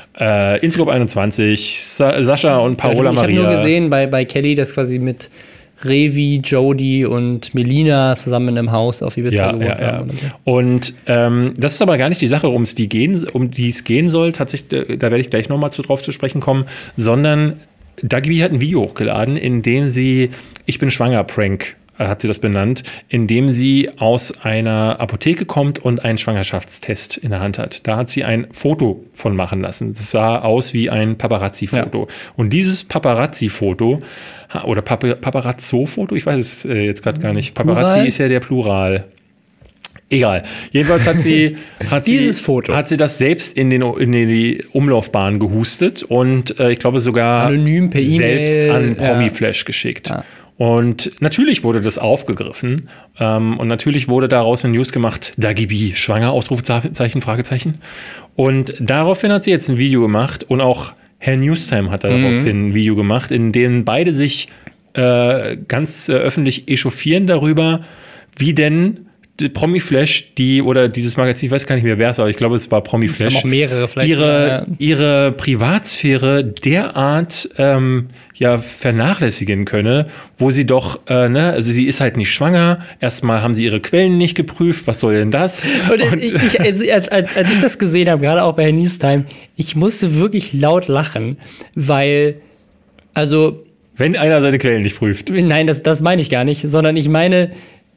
äh, Inscope einundzwanzig, Sa Sascha und Paola ich habe Maria. nur gesehen bei, bei Kelly, dass quasi mit Revi, Jody und Melina zusammen in einem Haus auf Ibiza Ja, gewohnt ja, ja. haben. oder so. Und ähm, das ist aber gar nicht die Sache, um die, gehen, um die es gehen soll. Tatsächlich, äh, da werde ich gleich nochmal zu, drauf zu sprechen kommen, sondern Dagi B hat ein Video hochgeladen, in dem sie Ich bin schwanger Prank hat sie das benannt, indem sie aus einer Apotheke kommt und einen Schwangerschaftstest in der Hand hat. Da hat sie ein Foto von machen lassen. Das sah aus wie ein Paparazzi-Foto. Ja. Und dieses Paparazzi-Foto oder Pap- Paparazzo-Foto, ich weiß es äh, jetzt gerade gar nicht. Paparazzi Plural? Ist ja der Plural. Egal. Jedenfalls hat sie, hat Dieses sie, Foto. hat sie das selbst in, den, in die Umlaufbahn gehustet und äh, ich glaube sogar anonym per E-Mail selbst an Promiflash ja. geschickt. Ja. Und natürlich wurde das aufgegriffen ähm, und natürlich wurde daraus eine News gemacht, Dagi B, schwanger, Ausrufezeichen, Fragezeichen. Und daraufhin hat sie jetzt ein Video gemacht und auch Herr Newstime hat daraufhin mhm. ein Video gemacht, in dem beide sich äh, ganz äh, öffentlich echauffieren darüber, wie denn Promiflash, die oder dieses Magazin, ich weiß gar nicht mehr, wer es war, aber ich glaube, es war Promiflash, noch mehrere vielleicht, ihre, ja. ihre Privatsphäre derart ähm, ja, vernachlässigen könne, wo sie doch, äh, ne, also sie ist halt nicht schwanger, erstmal haben sie ihre Quellen nicht geprüft, was soll denn das? Und, Und ich, als, als, als ich das gesehen habe, gerade auch bei Newstime, ich musste wirklich laut lachen, weil, also wenn einer seine Quellen nicht prüft. Nein, das, das meine ich gar nicht, sondern ich meine,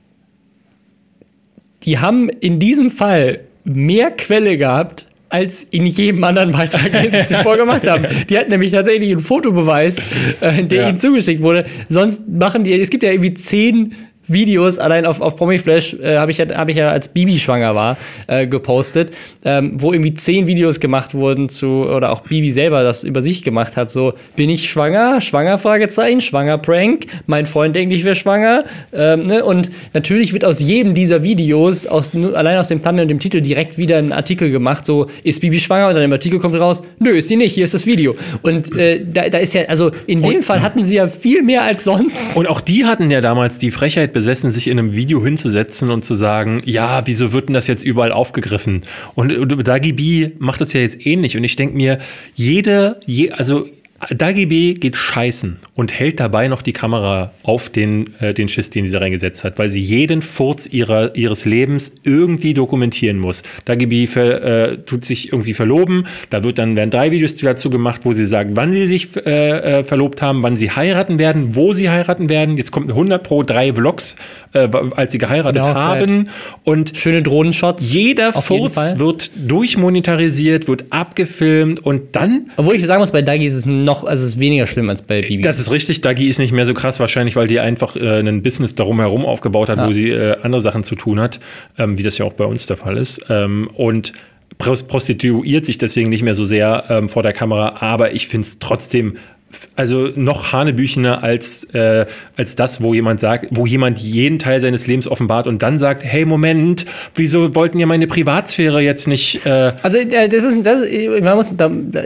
die haben in diesem Fall mehr Quelle gehabt, als in jedem anderen Beitrag, den sie zuvor gemacht haben. Die hatten nämlich tatsächlich einen Fotobeweis, äh, der ja. ihnen zugeschickt wurde. Sonst machen die, es gibt ja irgendwie zehn Videos, allein auf, auf Promiflash äh, habe ich, ja, hab ich ja, als Bibi schwanger war, äh, gepostet, ähm, wo irgendwie zehn Videos gemacht wurden zu, oder auch Bibi selber das über sich gemacht hat, so, bin ich schwanger? Schwanger? Fragezeichen, schwanger Prank, mein Freund denkt, ich wäre schwanger, ähm, ne? Und natürlich wird aus jedem dieser Videos, aus, allein aus dem Thumbnail und dem Titel direkt wieder ein Artikel gemacht, so, ist Bibi schwanger? Und dann im Artikel kommt raus, nö, ist sie nicht, hier ist das Video. Und äh, da, da ist ja, also in dem und, Fall hatten sie ja viel mehr als sonst. Und auch die hatten ja damals die Frechheit besessen, sich in einem Video hinzusetzen und zu sagen, ja, wieso wird denn das jetzt überall aufgegriffen? Und, und Dagi B macht das ja jetzt ähnlich. Und ich denke mir, jede, je, also Dagi B geht scheißen und hält dabei noch die Kamera auf den, äh, den Schiss, den sie da reingesetzt hat, weil sie jeden Furz ihrer, ihres Lebens irgendwie dokumentieren muss. Dagi B ver, äh, tut sich irgendwie verloben, da wird dann, werden drei Videos dazu gemacht, wo sie sagen, wann sie sich äh, äh, verlobt haben, wann sie heiraten werden, wo sie heiraten werden. Jetzt kommt hundert pro drei Vlogs, äh, als sie geheiratet haben. Und schöne Drohnenshots. Jeder Furz wird durchmonetarisiert, wird abgefilmt und dann... Obwohl ich sagen muss, bei Dagi ist es noch Noch, also es ist weniger schlimm als bei Bibi. Das ist richtig. Dagi ist nicht mehr so krass, wahrscheinlich, weil die einfach äh, ein Business darum herum aufgebaut hat, ja. wo sie äh, andere Sachen zu tun hat, ähm, wie das ja auch bei uns der Fall ist. Ähm, und prostituiert sich deswegen nicht mehr so sehr ähm, vor der Kamera. Aber ich finde es trotzdem also noch hanebüchener als, äh, als das, wo jemand sagt, wo jemand jeden Teil seines Lebens offenbart und dann sagt, hey, Moment, wieso wollten ihr meine Privatsphäre jetzt nicht... Äh also das ist, das, man muss... Da, da,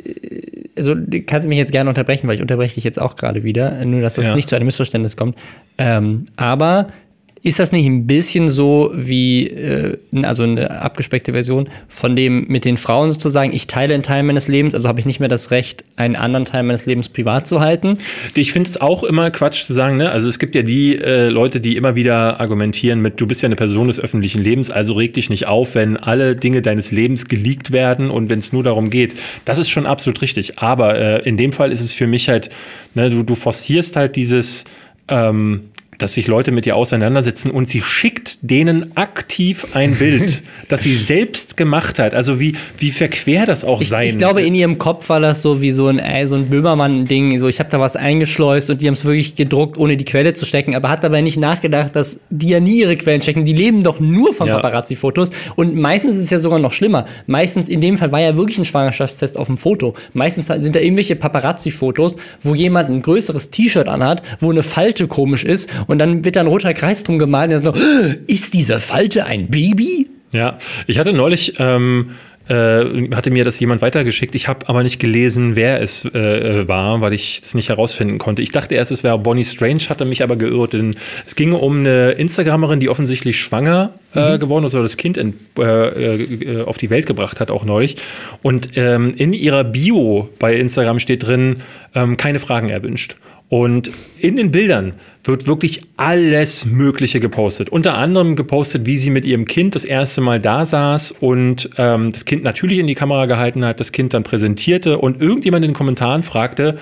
also du kannst mich jetzt gerne unterbrechen, weil ich unterbreche dich jetzt auch gerade wieder, nur dass das ja. nicht zu einem Missverständnis kommt. Ähm, aber ist das nicht ein bisschen so wie, äh, also eine abgespeckte Version von dem mit den Frauen sozusagen, ich teile einen Teil meines Lebens, also habe ich nicht mehr das Recht, einen anderen Teil meines Lebens privat zu halten? Ich finde es auch immer Quatsch zu sagen, ne? Also es gibt ja die äh, Leute, die immer wieder argumentieren mit, du bist ja eine Person des öffentlichen Lebens, also reg dich nicht auf, wenn alle Dinge deines Lebens geleakt werden und wenn es nur darum geht. Das ist schon absolut richtig. Aber äh, in dem Fall ist es für mich halt, ne, du, du forcierst halt dieses, ähm, dass sich Leute mit ihr auseinandersetzen und sie schickt denen aktiv ein Bild, das sie selbst gemacht hat. Also wie, wie verquer das auch ich, sein. Ich glaube, in ihrem Kopf war das so wie so ein, ey, so ein Böhmermann-Ding. So, ich habe da was eingeschleust und die haben es wirklich gedruckt, ohne die Quelle zu stecken. Aber hat dabei nicht nachgedacht, dass die ja nie ihre Quellen stecken. Die leben doch nur von ja. Paparazzi-Fotos. Und meistens ist es ja sogar noch schlimmer. Meistens, in dem Fall war ja wirklich ein Schwangerschaftstest auf dem Foto. Meistens sind da irgendwelche Paparazzi-Fotos, wo jemand ein größeres T-Shirt anhat, wo eine Falte komisch ist. Und dann wird da ein roter Kreis drum gemalt und dann so, ist diese Falte ein Baby? Ja, ich hatte neulich, ähm, äh, hatte mir das jemand weitergeschickt. Ich habe aber nicht gelesen, wer es äh, war, weil ich es nicht herausfinden konnte. Ich dachte erst, es wäre Bonnie Strange, hatte mich aber geirrt. Denn es ging um eine Instagramerin, die offensichtlich schwanger äh, mhm. geworden ist oder das Kind in, äh, äh, auf die Welt gebracht hat, auch neulich. Und ähm, in ihrer Bio bei Instagram steht drin, ähm, keine Fragen erwünscht. Und in den Bildern wird wirklich alles Mögliche gepostet. Unter anderem gepostet, wie sie mit ihrem Kind das erste Mal da saß und ähm, das Kind natürlich in die Kamera gehalten hat, das Kind dann präsentierte und irgendjemand in den Kommentaren fragte,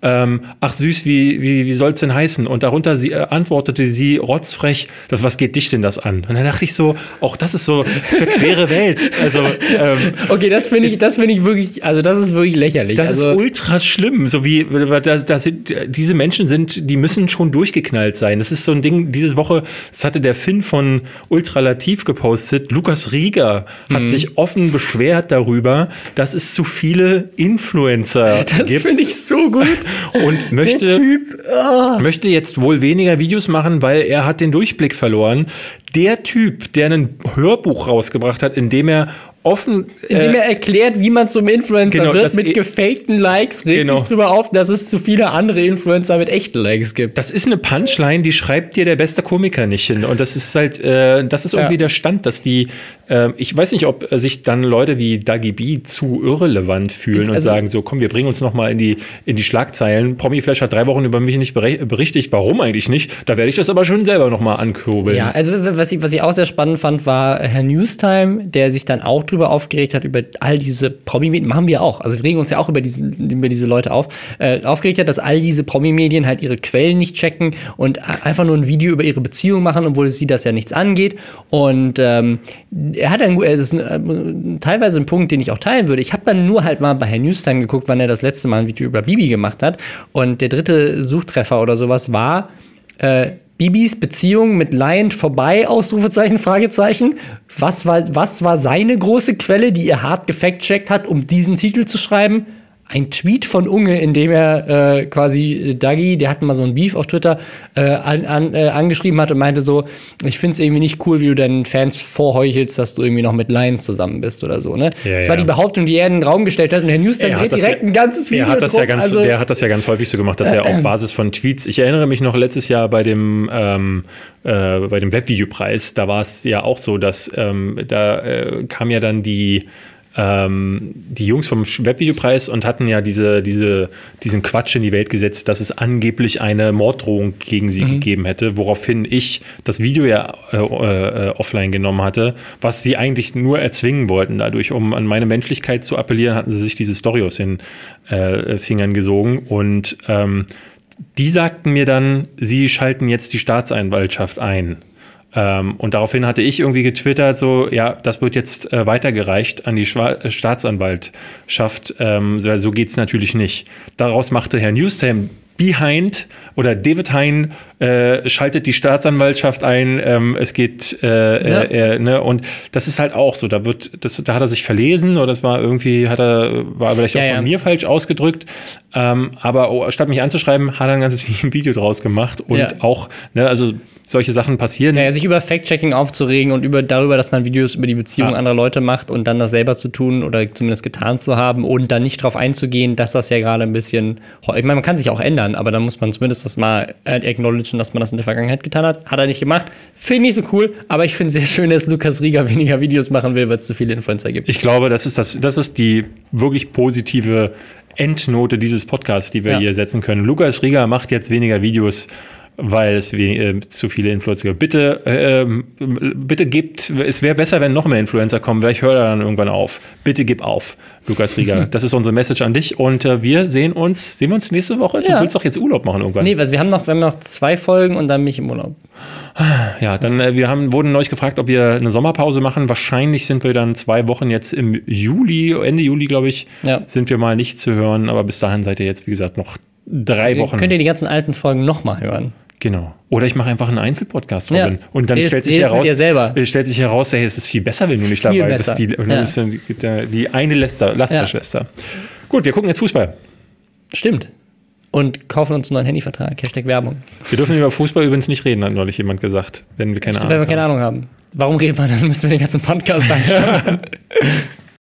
ähm, ach süß, wie, wie, wie soll's denn heißen? Und darunter sie, äh, antwortete sie rotzfrech, das, was geht dich denn das an? Und dann dachte ich so, auch das ist so verquere Welt. Also, ähm, okay, das finde ich, das finde ich wirklich, also das ist wirklich lächerlich. Das also, ist ultra schlimm. So wie, da, da sind, diese Menschen sind, die müssen schon durchgeknallt sein. Das ist so ein Ding, diese Woche, das hatte der Finn von Ultralativ gepostet. Lukas Rieger hat mhm. sich offen beschwert darüber, dass es zu viele Influencer das gibt. Das finde ich so gut. Und möchte, oh. möchte jetzt wohl weniger Videos machen, weil er hat den Durchblick verloren. Der Typ, der ein Hörbuch rausgebracht hat, in dem er offen... Indem er erklärt, wie man zum Influencer genau, wird, mit gefakten Likes, regt genau. sich drüber auf, dass es zu viele andere Influencer mit echten Likes gibt. Das ist eine Punchline, die schreibt dir der beste Komiker nicht hin. Und das ist halt, äh, das ist irgendwie ja. der Stand, dass die, äh, ich weiß nicht, ob sich dann Leute wie Dagi B zu irrelevant fühlen also, und sagen so, komm, wir bringen uns noch mal in die, in die Schlagzeilen. Promiflash hat drei Wochen über mich nicht berichtigt. Warum eigentlich nicht? Da werde ich das aber schon selber noch mal ankurbeln. Ja, also was ich, was ich auch sehr spannend fand, war Herr Newstime, der sich dann auch drüber aufgeregt hat, über all diese Promi-Medien, machen wir auch, also wir regen uns ja auch über diese, über diese Leute auf, äh, aufgeregt hat, dass all diese Promi-Medien halt ihre Quellen nicht checken und einfach nur ein Video über ihre Beziehung machen, obwohl sie das ja nichts angeht. Und ähm, er hat ein, das ist ein, teilweise ein Punkt, den ich auch teilen würde. Ich habe dann nur halt mal bei Herr Newstime geguckt, wann er das letzte Mal ein Video über Bibi gemacht hat. Und der dritte Suchtreffer oder sowas war äh, Bibis Beziehung mit Lion vorbei, Ausrufezeichen, Fragezeichen. Was war, was war seine große Quelle, die er hart gefact-checkt hat, um diesen Titel zu schreiben? Ein Tweet von Unge, in dem er äh, quasi Dagi, der hatte mal so ein Beef auf Twitter, äh, an, an, äh, angeschrieben hat und meinte so, ich find's irgendwie nicht cool, wie du deinen Fans vorheuchelst, dass du irgendwie noch mit Lion zusammen bist oder so, ne? Ja, das war ja. die Behauptung, die er in den Raum gestellt hat und Herr Newstime dreht direkt ja, ein ganzes Video er hat das drum. ja ganz, also, Der hat das ja ganz häufig so gemacht, dass er auf Basis von Tweets, ich erinnere mich noch letztes Jahr bei dem ähm, äh, bei dem Webvideopreis, da war es ja auch so, dass ähm, da äh, kam ja dann die Ähm, die Jungs vom Webvideopreis und hatten ja diese, diese, diesen Quatsch in die Welt gesetzt, dass es angeblich eine Morddrohung gegen sie mhm. gegeben hätte, woraufhin ich das Video ja äh, äh, offline genommen hatte, was sie eigentlich nur erzwingen wollten dadurch, um an meine Menschlichkeit zu appellieren, hatten sie sich diese Story aus den äh, Fingern gesogen und ähm, die sagten mir dann, sie schalten jetzt die Staatsanwaltschaft ein. Ähm, und daraufhin hatte ich irgendwie getwittert, so, ja, das wird jetzt äh, weitergereicht an die Schwa- Staatsanwaltschaft. Ähm, so, so geht's natürlich nicht. Daraus machte Herr Newstime Behind oder David Hein äh, schaltet die Staatsanwaltschaft ein. Ähm, es geht, äh, ja. äh, äh, ne? Und das ist halt auch so. Da wird, das, da hat er sich verlesen oder das war irgendwie, hat er, war vielleicht ja, auch von ja. mir falsch ausgedrückt. Ähm, aber oh, statt mich anzuschreiben, hat er ein ganzes Video draus gemacht und ja. auch, ne, also solche Sachen passieren. Naja, sich über Fact-Checking aufzuregen und über, darüber, dass man Videos über die Beziehung ja. anderer Leute macht und dann das selber zu tun oder zumindest getan zu haben und dann nicht drauf einzugehen, dass das ja gerade ein bisschen, ich meine, man kann sich auch ändern, aber dann muss man zumindest das mal acknowledgen, dass man das in der Vergangenheit getan hat. Hat er nicht gemacht. Finde ich nicht so cool, aber ich finde es sehr schön, dass Lukas Rieger weniger Videos machen will, weil es zu viele Influencer gibt. Ich glaube, das ist, das, das ist die wirklich positive Endnote dieses Podcasts, die wir ja. hier setzen können. Lukas Rieger macht jetzt weniger Videos, weil es we- äh, zu viele Influencer gibt. Bitte, äh, bitte gebt, es wäre besser, wenn noch mehr Influencer kommen, weil ich höre dann irgendwann auf. Bitte gib auf, Lukas Rieger. Das ist unsere Message an dich und äh, wir sehen uns, sehen wir uns nächste Woche? Ja. Du willst doch jetzt Urlaub machen irgendwann. Nee, also wir haben noch, wir haben noch zwei Folgen und dann bin ich im Urlaub. Ja, dann, äh, wir haben, wurden neulich gefragt, ob wir eine Sommerpause machen. Wahrscheinlich sind wir dann zwei Wochen jetzt im Juli, Ende Juli, glaube ich, ja. sind wir mal nicht zu hören, aber bis dahin seid ihr jetzt, wie gesagt, noch drei Wochen. Könnt ihr die ganzen alten Folgen nochmal hören? Genau. Oder ich mache einfach einen Einzelpodcast, Robin. Ja. Und dann Redest, stellt sich heraus, selber. stellt sich heraus, hey, es ist viel besser, wenn du nicht viel dabei besser. bist. Die, und dann ja. ist dann die, die eine Lester, Lasterschwester. Ja. Gut, wir gucken jetzt Fußball. Stimmt. Und kaufen uns einen neuen Handyvertrag. Hashtag Werbung. Wir dürfen über Fußball übrigens nicht reden, hat neulich jemand gesagt, wenn wir keine Stimmt, Ahnung wenn wir keine haben. Ahnung haben. Warum reden wir dann? Müssen wir den ganzen Podcast anschauen.